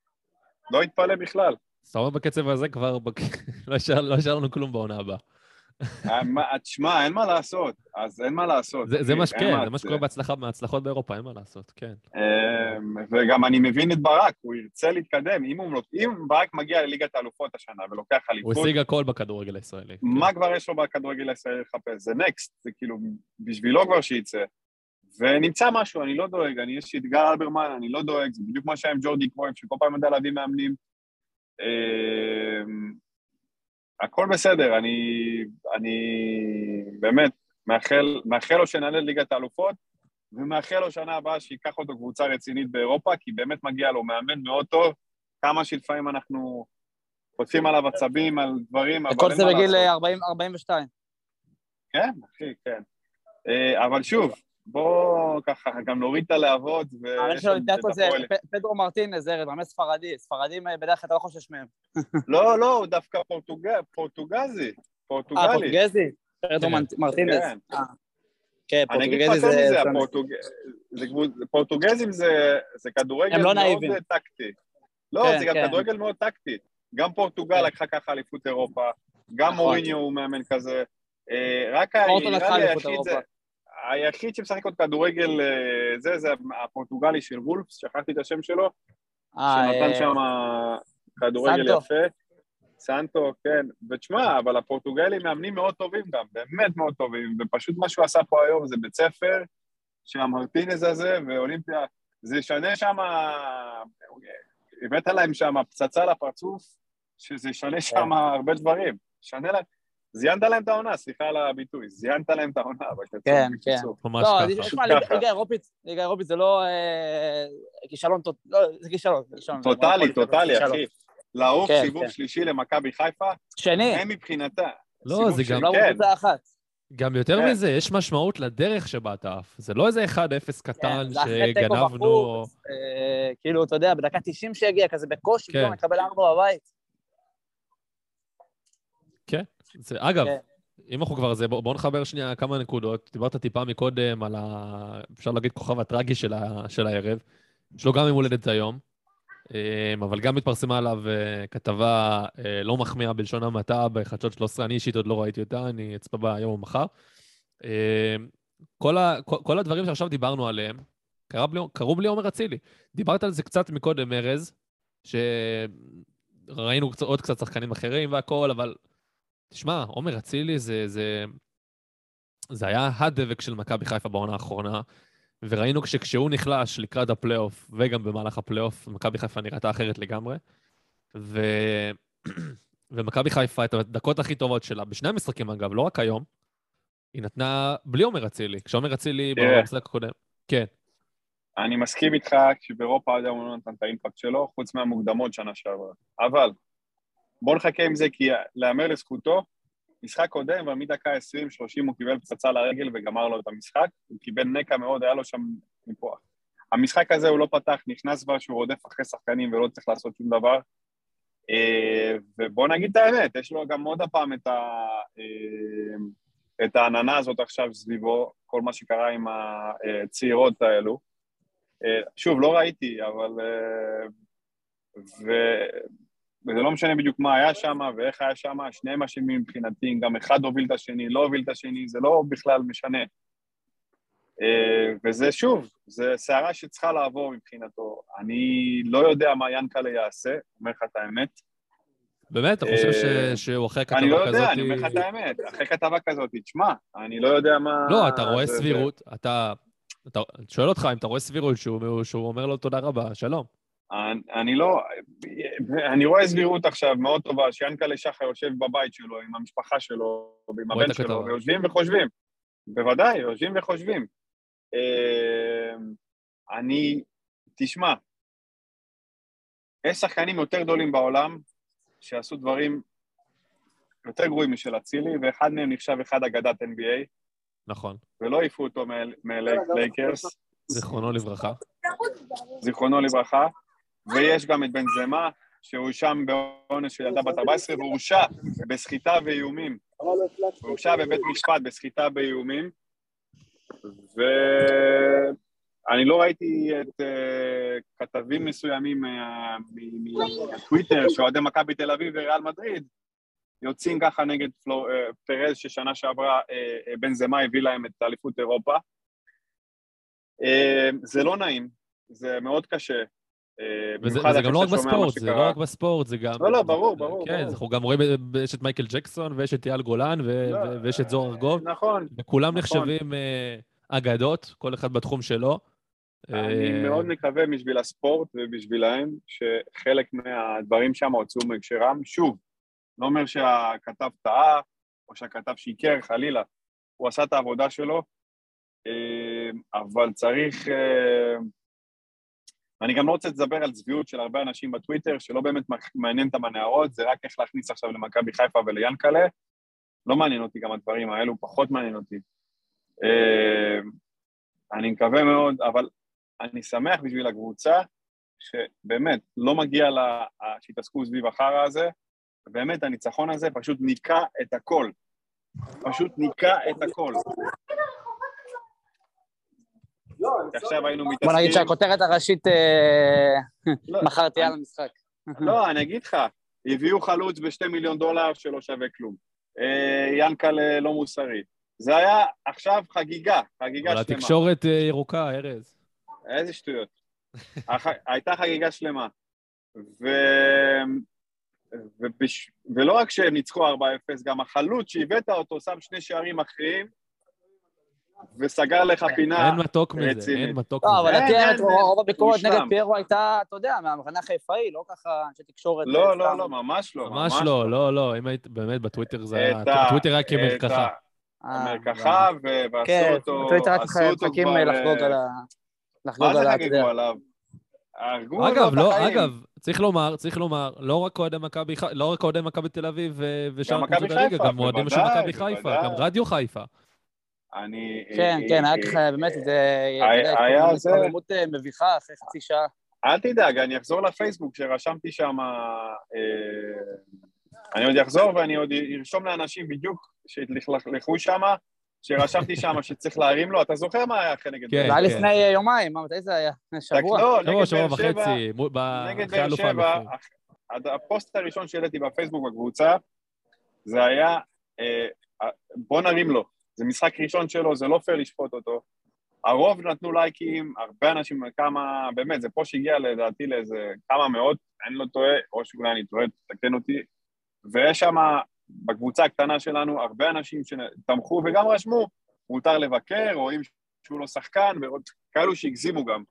לא אתפלא בכלל. זאת אומרת, בקצב הזה כבר לא השאר לנו כלום בעונה הבאה. תשמע, אין מה לעשות, אז אין מה לעשות. זה מה שכן, זה מה שקורה בהצלחות באירופה, אין מה לעשות, כן. וגם אני מבין את ברק, הוא ירצה להתקדם, אם ברק מגיע לליגת האלופות השנה ולוקח אליפות... הוא השיג הכל בכדורגל הישראלי. מה כבר יש לו בכדורגל הישראלי לחפש? זה נקסט, זה כאילו בשבילו כבר שייצא. ונמצא משהו, אני לא דואג, אני יש לי את גל אלברמן, אני לא דואג, זה בדיוק מה שהיה עם ג'ורדי קרויף, שכל פעם יודע להביא מאמנים. הכל בסדר, אני, אני באמת מאחל, מאחל לו שנעלה ליגת האלופות, ומאחל לו שנה הבאה שיקח אותו קבוצה רצינית באירופה, כי באמת מגיע לו מאמן מאוד טוב, כמה שלפעמים אנחנו חוטפים עליו עצבים על דברים, אבל אין מה לעשות. כל זה בגיל ארבעים ושתיים. כן, אחי, כן. אבל שוב, בוא ככה, גם נוריד את הלהבות, אבל שלא יודעת פה זה פדרו מרטינז, זה רמז ספרדי, ספרדים בדרך כלל אתה לא חושש מהם. לא, לא, הוא דווקא פורטוגזי, פורטוגלי. אה, פורטוגזי? פדרו מרטינז. כן, פורטוגזי זה... פורטוגזים זה כדורגל מאוד טקטי. לא, זה גם כדורגל מאוד טקטי. גם פורטוגל לקחה ככה אליפות אירופה, גם מוריניו הוא מאמן כזה. רק היחיד שמשחק עוד כדורגל, זה, זה הפורטוגלי של וולפס, שכחתי את השם שלו, שנתן שם כדורגל יפה. סנטו, כן. ותשמע, אבל הפורטוגלים מאמנים מאוד טובים גם, באמת מאוד טובים, ופשוט מה שהוא עשה פה היום זה בית ספר, שהמרטינז הזה ואולימפיה, זה ישנה שם, הבאת להם שם פצצה לפרצוף, שזה ישנה שם הרבה דברים. ישנה להם, זיינת להם את העונה, סליחה על הביטוי, זיינת להם את העונה. כן, כן. ממש ככה. תשמע, ליגה אירופית, ליגה אירופית זה לא כישלון, זה כישלון. טוטלי, טוטלי, אחי. לערוף סיבוב שלישי למכבי חיפה, שני. הם מבחינתה. לא, זה גם... לא קבוצה אחת. גם יותר מזה, יש משמעות לדרך שבאת אף. זה לא איזה אחד אפס קטן שגנבנו... כאילו, אתה יודע, בדקה תשעים שהגיע, כזה בקושי, פתאום מקבל ארבע בבית. כן. אגב, אם אנחנו כבר זה, בואו נחבר שנייה כמה נקודות. דיברת טיפה מקודם על ה... אפשר להגיד כוכב הטרגי של הערב. יש לו גם יום הולדת היום. אבל גם מתפרסמה עליו כתבה לא מחמיאה בלשון המעטה בחדשות שלוש עשרה, אני אישית עוד לא ראיתי אותה, אני אצפה בה היום או מחר. כל, ה, כל הדברים שעכשיו דיברנו עליהם, קראו בלי עומר אצילי. דיברת על זה קצת מקודם, ארז, שראינו עוד קצת שחקנים אחרים והכל, אבל תשמע, עומר אצילי זה, זה, זה היה הדבק של מכבי חיפה בעונה האחרונה, וראינו שכשהוא נחלש לקראת הפלייאוף, וגם במהלך הפלייאוף, מכבי חיפה נראתה אחרת לגמרי, ו... ומכבי חיפה את הדקות הכי טובות שלה, בשני המשחקים אגב, לא רק היום, היא נתנה בלי עומר אצילי, כשעומר אצילי במשחק הקודם. כן. אני מסכים איתך, כשבאירופה עד היום הוא לא נתן את האימפקט שלו, חוץ מהמוקדמות שנה שעברה. אבל בוא נחכה עם זה, כי לאמר לזכותו, משחק קודם, אבל מדקה עשרים שלושים הוא קיבל פצצה לרגל וגמר לו את המשחק, הוא קיבל נקע מאוד, היה לו שם ניפוח. המשחק הזה הוא לא פתח, נכנס כבר שהוא רודף אחרי שחקנים ולא צריך לעשות שום דבר, ובוא נגיד את האמת, יש לו גם עוד הפעם את, ה... את העננה הזאת עכשיו סביבו, כל מה שקרה עם הצעירות האלו. שוב, לא ראיתי, אבל... ו... וזה לא משנה בדיוק מה היה שם ואיך היה שם, שניהם אשמים מבחינתי, גם אחד הוביל את השני, לא הוביל את השני, זה לא בכלל משנה. וזה שוב, זה שערה שצריכה לעבור מבחינתו. אני לא יודע מה ינקלה יעשה, אומר לך את האמת. באמת? אתה חושב שהוא אחרי כתבה כזאת? אני לא יודע, אני אומר לך את האמת. אחרי כתבה כזאת, תשמע, אני לא יודע מה... לא, אתה רואה סבירות, אתה... שואל אותך אם אתה רואה סבירות שהוא אומר לו תודה רבה, שלום. אני לא, אני רואה סבירות עכשיו מאוד טובה, שיאנקלה שחר יושב בבית שלו, עם המשפחה שלו, ועם הבן שלו, ויושבים וחושבים. בוודאי, יושבים וחושבים. אני, תשמע, יש שחקנים יותר גדולים בעולם, שעשו דברים יותר גרועים משל אצילי, ואחד מהם נחשב אחד אגדת אן בי איי. נכון. ולא העיפו אותו מלייקרס. זיכרונו לברכה. זיכרונו לברכה. ויש גם את בן זמה, שהוא שם בעונש של ילדה בת ארבע עשרה, והוא הורשע בסחיטה ואיומים. הוא הורשע בבית משפט בסחיטה ואיומים, ואני לא ראיתי את uh, כתבים מסוימים מהטוויטר, שאוהדי מכבי תל אביב וריאל מדריד, יוצאים ככה נגד פלו, פרז, ששנה שעברה בנזמה הביא להם את אליפות אירופה. זה לא נעים, זה מאוד קשה. וזה גם לא רק בספורט, זה לא רק בספורט, זה גם... לא, לא, ברור, ברור. כן, אנחנו גם רואים, יש את מייקל ג'קסון, ויש את אייל גולן, ויש את זוהר ארגוב. נכון. וכולם נחשבים אגדות, כל אחד בתחום שלו. אני מאוד מקווה בשביל הספורט ובשבילהם, שחלק מהדברים שם הוצאו מהקשרם. שוב, לא אומר שהכתב טעה, או שהכתב שיקר, חלילה. הוא עשה את העבודה שלו, אבל צריך... ואני גם לא רוצה לדבר על צביעות של הרבה אנשים בטוויטר, שלא באמת מעניין את המנהרות, זה רק איך להכניס עכשיו למכבי חיפה וליאנקלה. לא מעניין אותי גם הדברים האלו, פחות מעניין אותי. אני מקווה מאוד, אבל אני שמח בשביל הקבוצה, שבאמת לא מגיע לה שהתעסקו סביב החרא הזה, ובאמת הניצחון הזה פשוט ניקה את הכל. פשוט ניקה את הכל. עכשיו היינו מתעסקים... בוא נגיד שהכותרת הראשית מחרתי על המשחק. לא, אני אגיד לך, הביאו חלוץ בשתי מיליון דולר שלא שווה כלום. ינקלה לא מוסרי. זה היה עכשיו חגיגה, חגיגה שלמה. אבל התקשורת ירוקה, ארז. איזה שטויות. הייתה חגיגה שלמה. ולא רק שהם ניצחו ארבע אפס, גם החלוץ שהבאת אותו שם שני שערים אחרים, וסגר לך פינה. אין מתוק מזה, אין מתוק מזה. לא, אבל התיארת, רוב הביקורת נגד פיירו הייתה, אתה יודע, מהמחנה החיפאי, לא ככה אנשי תקשורת. לא, לא, לא, ממש לא. ממש לא, לא, לא, אם היית באמת בטוויטר זה היה, בטוויטר היה כמרקחה. המרקחה, ועשו אותו, בטוויטר רק מחכים לחגוג על ה... מה זה חגגו עליו? אגב, לא, אגב, צריך לומר, צריך לומר, לא רק אוהדי מכבי, לא רק אוהדי מכבי תל אביב ושאר קבוצות הליגה, גם אוהדים של מכבי חיפה, גם רדיו חיפה. אני... כן, כן, היה ככה, באמת, זה... היה זה... התקוממות מביכה אחרי חצי שעה. אל תדאג, אני אחזור לפייסבוק, שרשמתי שם... אני עוד אחזור ואני עוד ארשום לאנשים בדיוק שהתלכלכו שם, שרשמתי שם שצריך להרים לו, אתה זוכר מה היה אחרי נגד? זה היה לפני יומיים, מתי זה היה? שבוע? לא, נגד שבוע וחצי, נגד באר שבע, הפוסט הראשון שהעליתי בפייסבוק בקבוצה, זה היה, בוא נרים לו, זה משחק ראשון שלו, זה לא פייר לשפוט אותו, הרוב נתנו לייקים, הרבה אנשים, כמה, באמת, זה פה שהגיע לדעתי לאיזה כמה מאות, אני לא טועה, או שאולי אני טועה, תקן אותי, ויש שם בקבוצה הקטנה שלנו הרבה אנשים שתמכו וגם רשמו, מותר לבקר, רואים שהוא לא שחקן, וכאלו שהגזימו גם.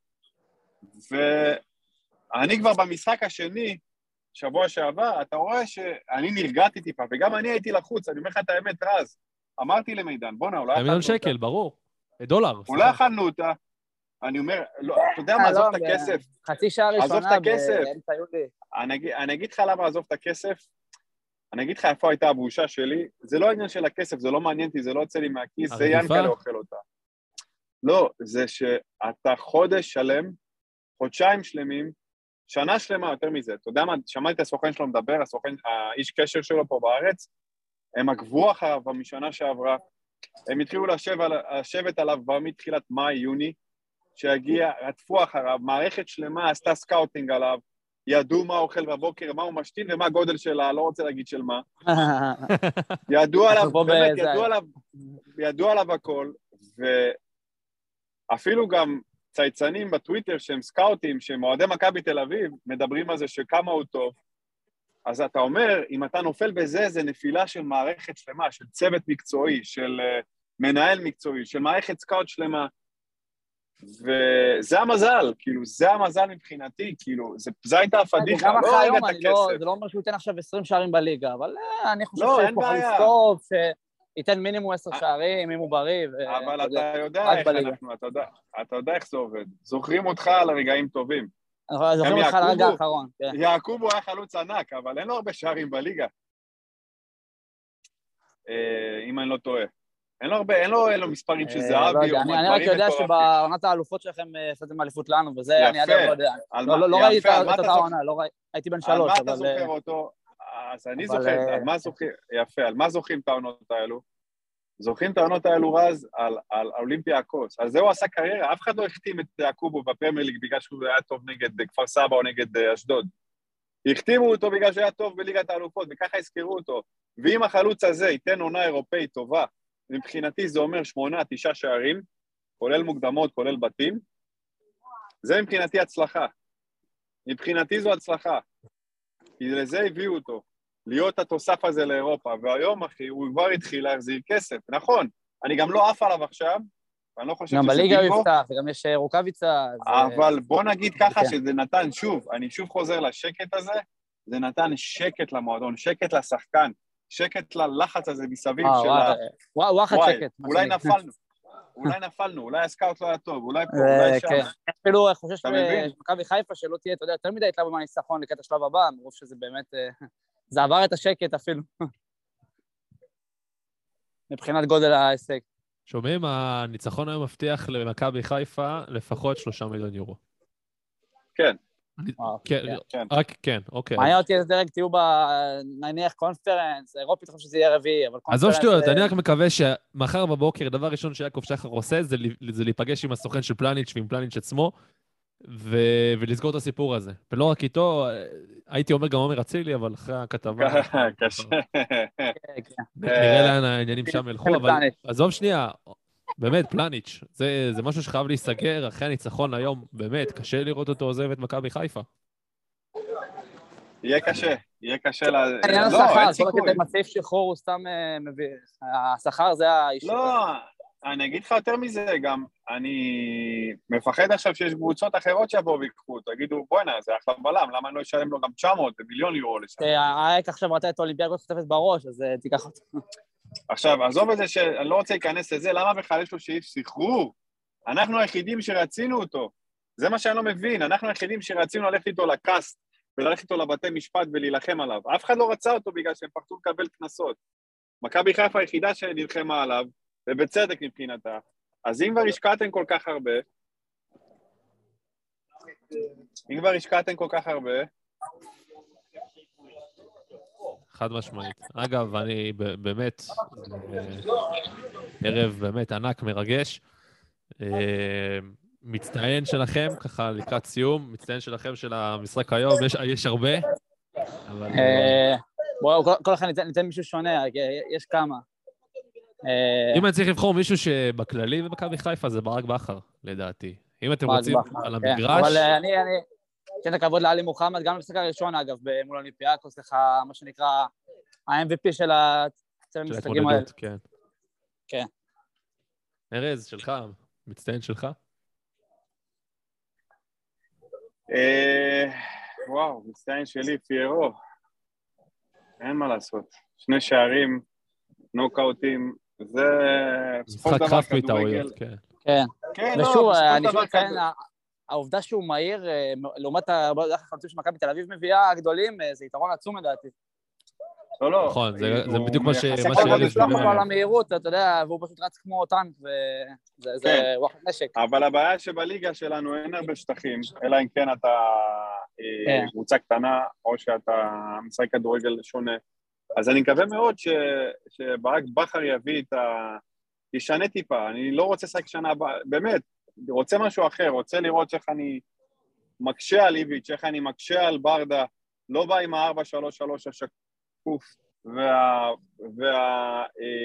ואני כבר במשחק השני, שבוע שעבר, אתה רואה שאני נרגעתי טיפה, וגם אני הייתי לחוץ, אני אומר לך את האמת רז, אמרתי למידן, בוא'נה, אולי אכלנו אותה. מיליון שקל, ברור, דולר. אולי אכלנו אותה, אני אומר, אתה יודע מה, עזוב את הכסף. חצי שעה ראשונה באמצע יולי. אני אגיד לך למה עזוב את הכסף, אני אגיד לך איפה הייתה הבושה שלי, זה לא העניין של הכסף, זה לא מעניין אותי, זה לא יוצא לי מהכיס, זה ינקלה אוכל אותה. לא, זה שאתה חודש שלם, חודשיים שלמים, שנה שלמה יותר מזה, אתה יודע מה, שמעתי את הסוכן שלו מדבר, הסוכן, האיש קשר שלו פה בארץ, הם עקבו אחריו משנה שעברה, הם התחילו לשבת עליו כבר מתחילת מאי-יוני, שהגיע, רדפו אחריו, מערכת שלמה עשתה סקאוטינג עליו, ידעו מה אוכל בבוקר, מה הוא משתין ומה הגודל שלה, לא רוצה להגיד של מה. ידעו עליו, באמת, ידעו עליו, ידעו עליו הכל, ואפילו גם צייצנים בטוויטר שהם סקאוטים, שהם אוהדי מכבי תל אביב, מדברים על זה שכמה הוא טוב. אז אתה אומר, אם אתה נופל בזה, זה נפילה של מערכת שלמה, של צוות מקצועי, של מנהל מקצועי, של מערכת סקאוט שלמה, וזה המזל, כאילו, זה המזל מבחינתי, כאילו, זה הייתה הפדיחה, לא רגע את הכסף. זה לא אומר שהוא ייתן עכשיו עשרים שערים בליגה, אבל אני חושב שיש פה חלוץ טוב, שייתן מינימום עשר שערים, אם הוא בריא. אבל אתה יודע איך אנחנו, אתה יודע איך זה עובד. זוכרים אותך על הרגעים טובים. זוכרים אותך על הרגע האחרון. יעקובו היה חלוץ ענק, אבל אין לו הרבה שערים בליגה. אם אני לא טועה. אין לו הרבה, אין לו מספרים של זהבי. אני רק יודע שבעונת האלופות שלכם עשיתם אליפות לנו, וזה אני עדיין לא יודע. לא ראיתי את אותה עונה, הייתי בן שלוש. על מה אתה זוכר אותו? אז אני זוכר, על מה זוכרים, יפה, על מה זוכרים את העונות האלו? זוכרים את העונות האלו רז על אולימפיאקוס. אז זהו עשה קריירה, אף אחד לא החתים את יעקובו בפרמייר ליג בגלל שהוא היה טוב נגד כפר סבא או נגד אשדוד. החתימו אותו בגלל שהיה טוב בליגת האלופות, וככה הזכירו אותו. ואם החלוץ הזה ייתן עונה אירופאית טובה, מבחינתי זה אומר שמונה, תשעה שערים, כולל מוקדמות, כולל בתים, זה מבחינתי הצלחה. מבחינתי זו הצלחה. כי לזה הביאו אותו, להיות התוסף הזה לאירופה, והיום, אחי, הוא כבר התחיל להחזיר כסף. נכון, אני גם לא עף עליו עכשיו, ואני לא חושב גם שזה בליגה גיבו, הוא יפתח, וגם יש רוקאביצה. אבל בוא נגיד ככה שזה נתן, שוב, אני שוב חוזר לשקט הזה, זה נתן שקט למועדון, שקט לשחקן, שקט ללחץ הזה מסביב של ה... וואו, וואחד שקט. אולי נפלנו, אולי נפלנו, אולי הסקאוט לא היה טוב, אולי פה, אולי שם. אפילו חושב שמכבי חיפה שלא תהיה, אתה יודע, יותר מדי התלהבו מהניצחון לקראת השלב הבא, מרוב שזה באמת, זה עבר את השקט אפילו. מבחינת גודל ההישג. שומעים, הניצחון היום מבטיח למכבי חיפה לפחות שלושה מיליון יורו. כן. כן, רק כן, אוקיי. מעניין אותי איזה דרג תהיו בנניח קונפרנס, אירופי תחושב שזה יהיה רביעי, אבל קונפרנס... עזוב שטויות, אני רק מקווה שמחר בבוקר, דבר ראשון שיעקב שחר עושה, זה להיפגש עם הסוכן של פלניץ' ועם פלניץ' עצמו, ולסגור את הסיפור הזה. ולא רק איתו, הייתי אומר גם עומר אצילי, אבל אחרי הכתבה... קשה. נראה לאן העניינים שם ילכו, אבל עזוב שנייה, באמת, פלניץ', זה, זה משהו שחייב להיסגר אחרי הניצחון היום, באמת, קשה לראות אותו עוזב את מכבי חיפה. יהיה קשה, יהיה קשה ל... אין השכר, כל כדי מצליף שחרור הוא סתם מביא, השכר זה האישור. לא, אני אגיד לך יותר מזה גם, אני מפחד עכשיו שיש קבוצות אחרות שיבואו ויקחו, תגידו, בוא'נה, זה אחלה בלם, למה אני לא אשלם לו גם תשע מאות ומיליון יורו לשם? האייק עכשיו רצה את אולימפיאקוס חוטפת בראש, אז תיקח אותו. עכשיו, עזוב את זה שאני לא רוצה להיכנס לזה, למה בכלל יש לו שאיף סחרור? אנחנו היחידים שרצינו אותו. זה מה שאני לא מבין, אנחנו היחידים שרצינו ללכת איתו לקאסט, וללכת איתו לבתי משפט ולהילחם עליו. אף אחד לא רצה אותו בגלל שהם פחדו לקבל כנסות. מכבי חיפה היחידה שנלחמה עליו, ובצדק מבחינתה. אז אם כבר השקעתם כל כך הרבה, אם כבר השקעתם כל כך הרבה, חד משמעית. אגב, אני באמת, ערב באמת ענק, מרגש. מצטיין שלכם, ככה לקראת סיום, מצטיין שלכם של המשחק היום, יש הרבה, אבל... בואו, כל אחד ניתן מישהו שונה, יש כמה. אם אני צריך לבחור מישהו שבכללי ובמכבי חיפה, זה ברק בכר, לדעתי. אם אתם רוצים על המגרש... אבל אני... תן את הכבוד לאלי מוחמד, גם במשחק הראשון, אגב, מול אולימפיאקוס, לך, מה שנקרא, ה-אם וי פי של הצוות המשחקים האלה. כן. כן. ארז, שלך, מצטיין שלך? וואו, מצטיין שלי, פיירו. אין מה לעשות. שני שערים, נוקאוטים, זה... משחק חף מטעויות, כן. כן. ושוב, אני חושב כאן... העובדה שהוא מהיר, לעומת החלוצים שמכבי בתל אביב מביאה הגדולים, זה יתרון עצום לדעתי. לא, לא. נכון, זה בדיוק מה שאלה זה. הוא לשלוח אותו על המהירות, אתה יודע, והוא פשוט רץ כמו טנק, וזה וואחד נשק. אבל הבעיה שבליגה שלנו אין הרבה שטחים, אלא אם כן אתה קבוצה קטנה, או שאתה משחק כדורגל שונה. אז אני מקווה מאוד שברק בכר יביא את ה... ישנה טיפה, אני לא רוצה לשחק שנה הבאה, באמת. רוצה משהו אחר, רוצה לראות איך אני מקשה על איביץ', איך אני מקשה על ברדה, לא בא עם ה-ארבע שלוש שלוש השקוף וה, וה,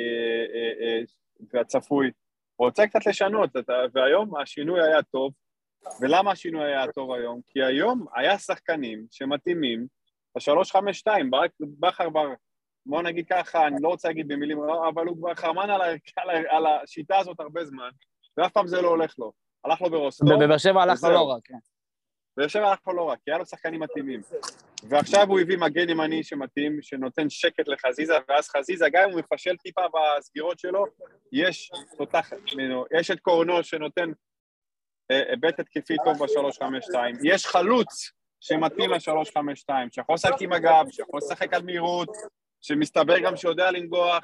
והצפוי. רוצה קצת לשנות, והיום השינוי היה טוב, ולמה השינוי היה טוב היום? כי היום היה שחקנים שמתאימים ב-שלוש חמש שתיים, בכר בר, בוא נגיד ככה, אני לא רוצה להגיד במילים, אבל הוא כבר חרמן על, על, על השיטה הזאת הרבה זמן, ואף פעם זה לא הולך לו. הלך לו ברוסטוב. בבאר שבע הלך לו לא רק, כן. בבאר שבע הלך לו לא רק, כי היה לו שחקנים מתאימים. ועכשיו הוא הביא מגן ימני שמתאים, שנותן שקט לחזיזה, ואז חזיזה, גם אם הוא מפשל טיפה בסגירות שלו, יש תותחת ממנו, יש את קורנו שנותן היבט התקפי טוב ב-שלוש חמש שתיים, יש חלוץ שמתאים ל-שלוש חמש שתיים, שיכול לשחק עם הגב, שיכול לשחק על מהירות, שמסתבר גם שיודע לנגוח.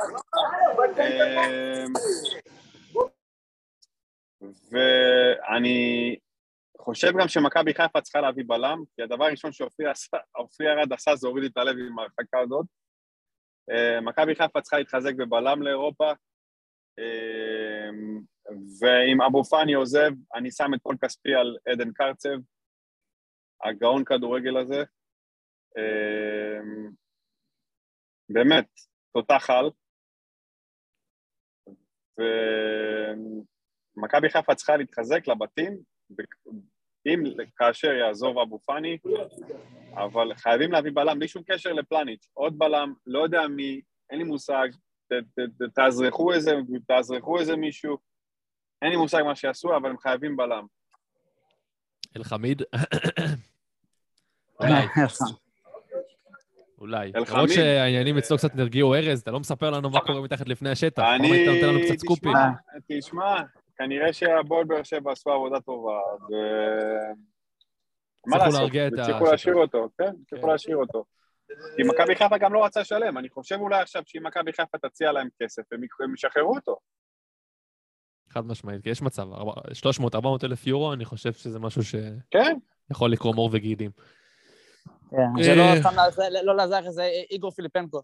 ואני חושב גם שמכבי חיפה צריכה להביא בלם, כי הדבר הראשון שאופי ארד עשה זה הוריד את הלב עם ההרחקה הזאת. מכבי חיפה צריכה להתחזק בבלם לאירופה, ואם אבו פאני עוזב, אני שם את כל כספי על עדן קרצב, הגאון כדורגל הזה, באמת, תותח על, ומכבי חיפה צריכה להתחזק לבתים, אם כאשר יעזוב אבו פאני, אבל חייבים להביא בלם, בלי שום קשר לפלניץ', עוד בלם, לא יודע מי, אין לי מושג, תעזרכו איזה, תעזרכו איזה מישהו, אין לי מושג מה שיעשו, אבל הם חייבים בלם. אלחמיד? אולי. אולי. למרות שהעניינים אצלו קצת נרגיעו. ארז, אתה לא מספר לנו מה קורה מתחת לפני השטח. אני... אתה נותן לנו קצת סקופים. תשמע, כנראה שהבול באר שבע עשו עבודה טובה, ו... מה לעשות? הצליחו להשאיר אותו, כן? הצליחו להשאיר אותו. כי מכבי חיפה גם לא רצה שלם. אני חושב אולי עכשיו שאם מכבי חיפה תציע להם כסף, הם ישחררו אותו. חד משמעית, כי יש מצב. שלוש מאות ארבע מאות אלף יורו, אני חושב שזה משהו כן? שיכול לקרוא מור וגידים. כן, שלא לעזר איזה איגור פיליפנקו.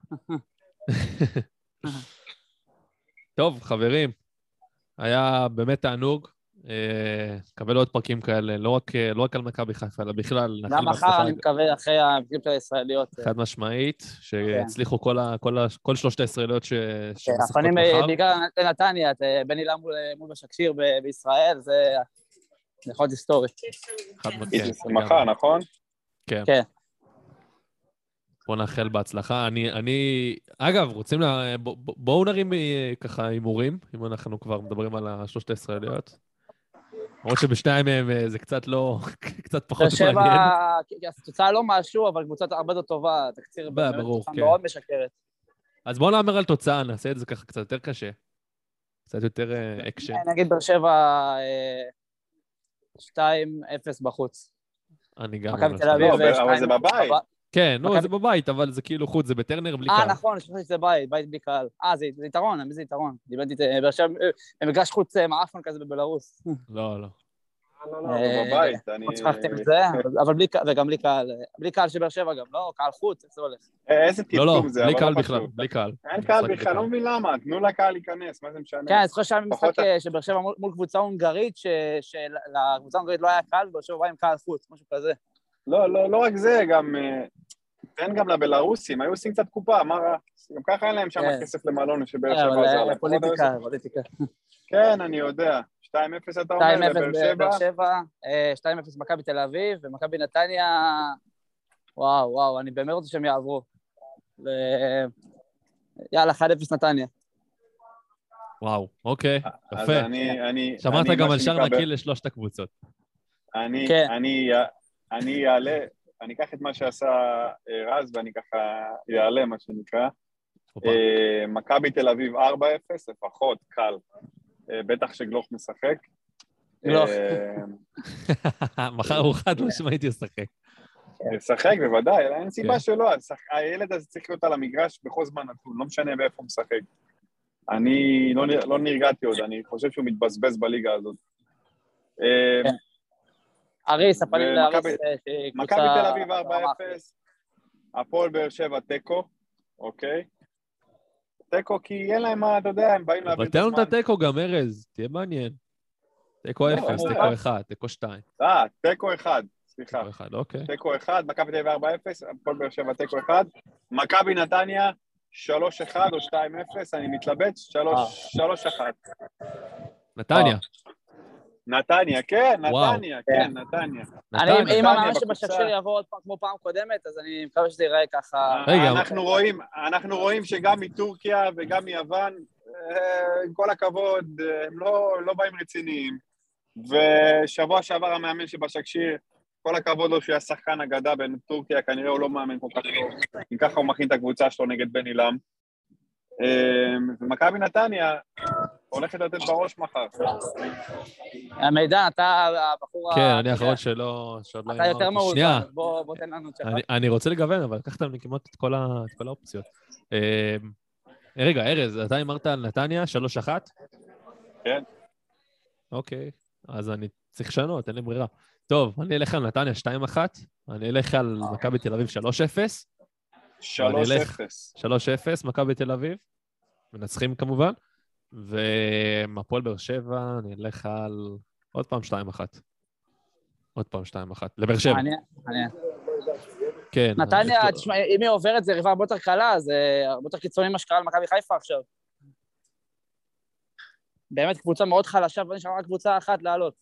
טוב, חברים, היה באמת תענוג. קבל עוד פרקים כאלה, לא רק על מכבי חיפה, אלא בכלל. גם מחר אני מקווה אחרי הפרקים הישראליות. חד משמעית, שהצליחו כל שלושת הישראליות שמשחקות מחר. הפנים בעיקר לנתניה, בני לם מול בשקשיר בישראל, זה יכול להיות היסטורי. חד משמעית. מחר, נכון? כן. כן. בוא נאחל בהצלחה. אני, אני, אגב, רוצים לה... בואו נרים ככה הימורים, אם אנחנו כבר מדברים על השלושת הישראליות. למרות שבשתיים מהם זה קצת לא, קצת פחות מעניין. התוצאה לא משהו, אבל קבוצה הרבה יותר טובה, תקציר ברור, כן. מאוד משקרת. אז בואו נאמר על תוצאה, נעשה את זה ככה קצת יותר קשה. קצת יותר אקשן. נגיד באר שבע שתיים אפס בחוץ. אני גם... מכבי תל אביב, אבל זה בבית. כן, נו, זה בבית, אבל זה כאילו חוץ, זה בטרנר בלי קהל. אה, נכון, אני חושב שזה בית, בית בלי קהל. אה, זה יתרון, זה יתרון. דיברתי את באר שבע, במגרש חוץ מעפן כזה בבלרוס. לא, לא. לא, לא, זה בבית, אני... עוד שכחתם את זה, אבל בלי קהל, וגם בלי קהל. בלי קהל של באר שבע גם, לא? קהל חוץ, איך זה הולך? איזה טמטום זה, אבל לא חשוב. לא, לא, בלי קהל בכלל, בלי קהל. אין קהל בכלל, לא מבין למה, תנו לקהל להיכנס, מה זה משנה? כן, אני זוכר שהיה משחק שבאר שבע מול קבוצה הונגרית, שלקבוצה ההונגרית לא היה קהל, באר שבע בא עם קהל חוץ, משהו כזה. לא, לא, לא רק זה, גם... תן גם לבלרוסים, היו עושים קצת קופה, מה רע? גם ככה אין להם שם כסף למלון שבאר שבע עזר להם. פוליטיקה, פוליטיקה. כן, אני יודע. שתיים אפס אתה אומר לבאר שבע. שתיים אפס מכבי תל אביב, ומכבי נתניה, וואו, וואו, אני באמת רוצה שהם יעברו. יאללה, אחד אפס נתניה. וואו, אוקיי, יפה. אז אני, אני... שמעת גם על שער נקי לשלושת הקבוצות. אני, אני, אני אעלה... אני אקח את מה שעשה רז, ואני ככה יעלה, מה שנקרא. מכבי תל אביב ארבע אפס, לפחות קל. בטח שגלוך משחק. גלוך. מחר הוא חד משמעית ישחק. ישחק, בוודאי, אין סיבה שלא. הילד הזה צריך להיות על המגרש בכל זמן נתון, לא משנה באיפה הוא משחק. אני לא נרגעתי עוד, אני חושב שהוא מתבזבז בליגה הזאת. אריס, הפנים לאריס, מכבי תל אביב ארבע אפס, הפועל באר שבע תיקו, אוקיי? תיקו כי אין להם מה, אתה יודע, הם באים להביא את הזמן. אבל תן לנו את התיקו גם, ארז, תהיה מעניין. תיקו אפס, תיקו אחד, תיקו שתיים. אה, תיקו אחד, סליחה. תיקו אחד, אוקיי. תיקו אחד, מכבי תל אביב ארבע אפס, הפועל באר שבע תיקו אחד, מכבי נתניה שלוש אחד או שתיים אפס, אני מתלבט, שלוש אחת. נתניה. נתניה, כן, נתניה, כן, נתניה. אני, אם המאמן שבשקשיר יעבור עוד פעם כמו פעם קודמת, אז אני מקווה שזה ייראה ככה. אנחנו רואים, אנחנו רואים שגם מטורקיה וגם מיוון, עם כל הכבוד, הם לא באים רציניים. ושבוע שעבר המאמן שבשקשיר, כל הכבוד לו שהוא היה שחקן אגדה בין טורקיה, כנראה הוא לא מאמן כל כך טוב. אם ככה הוא מכין את הקבוצה שלו נגד בני לם. ומכבי נתניה הולכת לתת בראש מחר. המידע, אתה הבחור... כן, אני האחרון שלא... אתה יותר מאוזן, בוא תן לנו תשחק. אני רוצה לגוון, אבל לקחת לנו כמעט את כל האופציות. רגע, ארז, אתה אמרת על נתניה, שלוש אחת? כן. אוקיי, אז אני צריך לשנות, אין לי ברירה. טוב, אני אלך על נתניה שתיים אחת, אני אלך על מכבי תל אביב שלוש אפס. שלוש אפס. שלוש אפס, מכבי תל אביב, מנצחים כמובן, ומפועל באר שבע, אני אלך על עוד פעם שתיים אחת. עוד פעם שתיים אחת, לבאר שבע. כן. נתניה, תשמע, אם היא עוברת, זה ריבה הרבה יותר קלה, זה הרבה יותר קיצוני מה שקרה למכבי חיפה עכשיו. באמת קבוצה מאוד חלשה, ואני נשאר רק קבוצה אחת לעלות.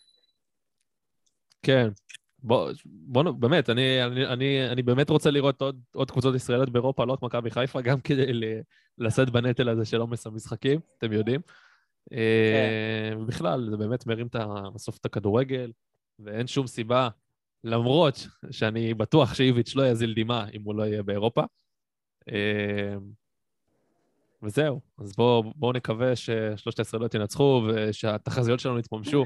כן. בוא, בוא, באמת, אני, אני, אני, אני באמת רוצה לראות עוד, עוד קבוצות ישראליות באירופה, לא רק מכבי חיפה, גם כדי לשאת בנטל הזה של עומס המשחקים, אתם יודעים. ובכלל, זה באמת מרים את בסוף את הכדורגל, ואין שום סיבה, למרות שאני בטוח שאיביץ' לא יזיל דימה אם הוא לא יהיה באירופה. וזהו, אז בואו בוא נקווה ששלושת הישראליות ינצחו, ושהתחזיות שלנו יתממשו.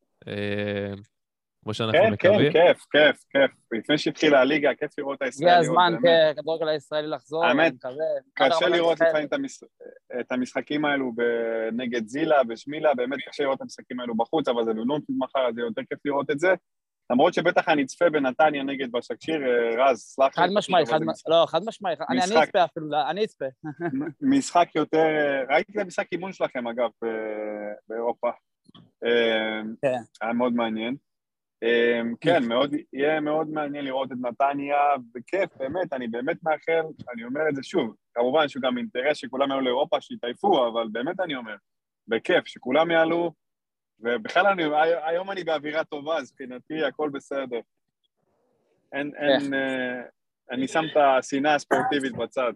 כמו שאנחנו כן, מקווים. כן, כיף, כיף, כיף. לפני שהתחילה הליגה, כיף לראות את הישראליות. הגיע הזמן כדורגל הישראלי לחזור, האמת, אני מקווה. קשה לראות לפעמים את המשחקים האלו נגד זילה ושמילה, באמת קשה לראות את המשחקים האלו בחוץ, אבל זה בלומפיד מחר, אז זה יותר כיף לראות את זה. למרות שבטח אני אצפה בנתניה נגד בשקשיר, רז, סלח. חד משמעי, לא, חד משמעי, אני אצפה אפילו, אני אצפה. משחק יותר, ראיתי את המשחק אימון שלכם, אגב, באירופה. היה מאוד מעניין. כן, יהיה מאוד מעניין לראות את נתניה, בכיף, באמת, אני באמת מאחל, אני אומר את זה שוב, כמובן שהוא גם אינטרס שכולם יעלו לאירופה, שיתעייפו, אבל באמת אני אומר, בכיף, שכולם יעלו, ובכלל אני, היום אני באווירה טובה, אז מבחינתי הכל בסדר. אין, אין, אני שם את השנאה הספורטיבית בצד.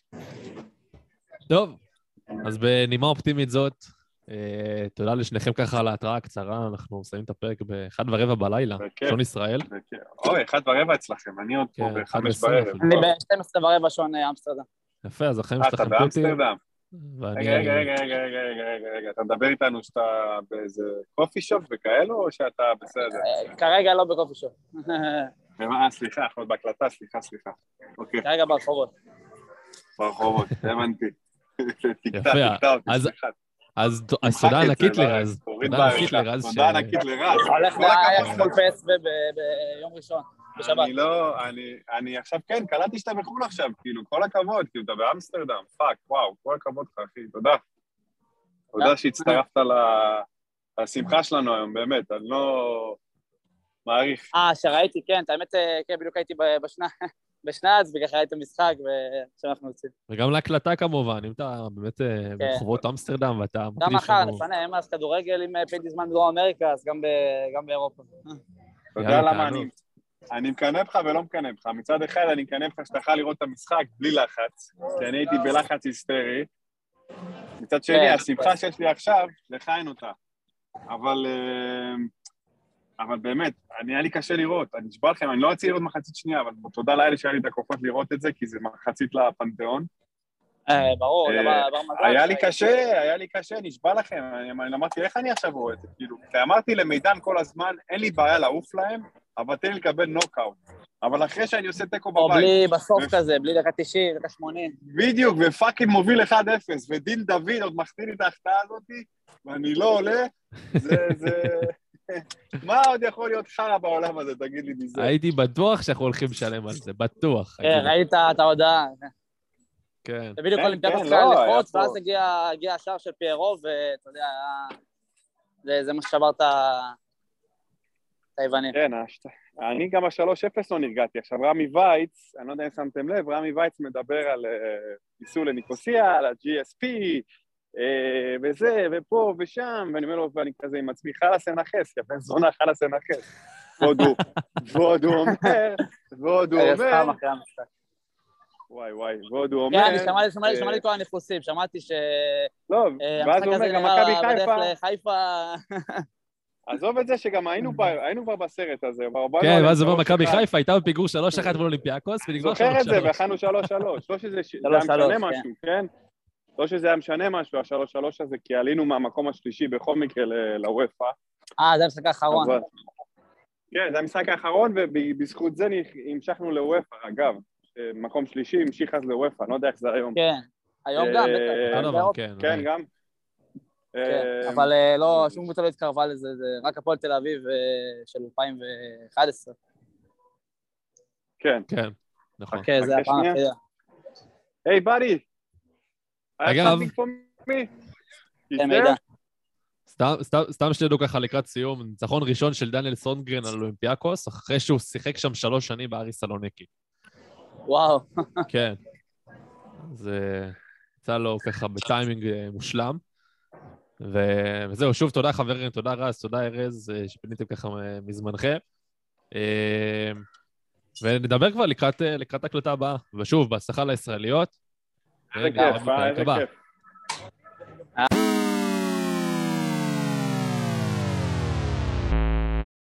טוב, אז בנימה אופטימית זאת, תודה לשניכם ככה על ההתראה הקצרה, אנחנו מסיימים את הפרק באחד ורבע בלילה, שעון ישראל. אוי, אחד ורבע אצלכם, אני עוד פה בחמש ברבע. אני ב-שתים עשרה ורבע שעון אמסטרדם. יפה, אז החיים שלכם קוטים. אתה באמסטרדם. רגע, רגע, רגע, רגע, רגע, רגע, אתה מדבר איתנו שאתה באיזה קופי שופ וכאלו, או שאתה בסדר? כרגע לא בקופי שופ. אה, סליחה, אנחנו בהקלטה, סליחה, סליחה. כרגע ברחובות. ברחובות, הבנתי. יפה, אז תודה ענקית לרז. תודה ענקית לרז. תודה ענקית לרז. הולך לאייקס מול פסו ביום ראשון, בשבת. אני לא, אני עכשיו כן, קלטתי שאתה בחו"ל עכשיו, כאילו, כל הכבוד, כאילו, אתה באמסטרדם, פאק, וואו, כל הכבוד לך, אחי, תודה. תודה שהצטרפת לשמחה שלנו היום, באמת, אני לא מעריך. אה, שראיתי, כן, האמת, כן, בדיוק הייתי בשנה. בשנץ, וככה ראית המשחק, ושאנחנו יוצאים. וגם להקלטה כמובן, אם אתה באמת ברחובות אמסטרדם, ואתה מקדיש לנו... גם מחר, נפנה, אם אז כדורגל עם פייטי זמן בדרום אמריקה, אז גם באירופה. אתה יודע למה אני מקנא בך ולא מקנא בך. מצד אחד אני מקנא בך שאתה יכול לראות את המשחק בלי לחץ, כי אני הייתי בלחץ היסטרי. מצד שני, השמחה שיש לי עכשיו, לך אין אותה. אבל... אבל באמת, היה לי קשה לראות, אני נשבע לכם, אני לא רציתי לראות מחצית שנייה, אבל תודה לאלה שהיה לי את הכוחות לראות את זה, כי זה מחצית לפנתיאון. ברור, היה לי קשה, היה לי קשה, נשבע לכם, אני אמרתי, איך אני עכשיו רואה את זה? כאילו, אמרתי למידן כל הזמן, אין לי בעיה לעוף להם, אבל תן לי לקבל נוקאוט. אבל אחרי שאני עושה טקו בבית... או בלי בסוף כזה, בלי דקה תשעים, דקה שמונים. בדיוק, ופאקינג מוביל אחד אפס, ודין דוד עוד מחתין את ההחטאה הזאת, ואני לא עולה, זה... מה עוד יכול להיות חרא בעולם הזה, תגיד לי מזה. הייתי בטוח שאנחנו הולכים לשלם על זה, בטוח. כן, ראית את ההודעה. כן. ובדיוק אולימפיאקוס צריכה לחוץ, ואז הגיע השער של פיירו, ואתה יודע, זה מה ששבר את היוונים. כן, אני גם ה-שלוש אפס לא נרגעתי. עכשיו, רמי וייץ, אני לא יודע אם שמתם לב, רמי וייץ מדבר על ניסו לניקוסיה, על ה-ג'י אס פי, וזה, ופה ושם, ואני אומר לו, ואני כזה עם עצמי, חלס לנחס, יפה זונה, חלס לנחס. ועוד הוא, ועוד הוא אומר, ועוד הוא אומר, וואי וואי, ועוד הוא אומר, כן, אני שמעתי כל הניחוסים, שמעתי ש... לא, ואז הוא אומר, גם מכבי חיפה, בדרך לחיפה... עזוב את זה שגם היינו כבר בסרט הזה. כן, ואז הוא אומר, מכבי חיפה הייתה בפיגור שלוש אחת מול אולימפיאקוס, ונגמר שלוש שלוש. זוכר את זה, ואכלנו שלוש שלוש, לא שזה היה משנה משהו, כן? לא שזה היה משנה משהו, השלוש שלוש הזה, כי עלינו מהמקום השלישי בכל מקרה לוופא. אה, זה המשחק האחרון. כן, זה המשחק האחרון, ובזכות זה המשכנו לוופא, אגב. מקום שלישי, המשיך אז לוופא, לא יודע איך זה היום. כן, היום גם, בטח. כן, גם. אבל לא, שום קבוצה לא התקרבה לזה, זה רק הפועל תל אביב של אלפיים ואחת עשרה. כן. כן, נכון. כן, זה הפעם אחריה. היי, בדי! אגב, כן, מידע. סתם שתדעו ככה לקראת סיום, ניצחון ראשון של דניאל סונגרן על אולימפיאקוס, אחרי שהוא שיחק שם שלוש שנים באריס סלוניקי. וואו. כן. אז יצא לו ככה בטיימינג מושלם. וזהו, שוב, תודה חברים, תודה רז, תודה ארז, שפניתם ככה מזמנכם. ונדבר כבר לקראת הקלטה הבאה. ושוב, בהצלחה לישראליות. איזה כיף, איזה כיף.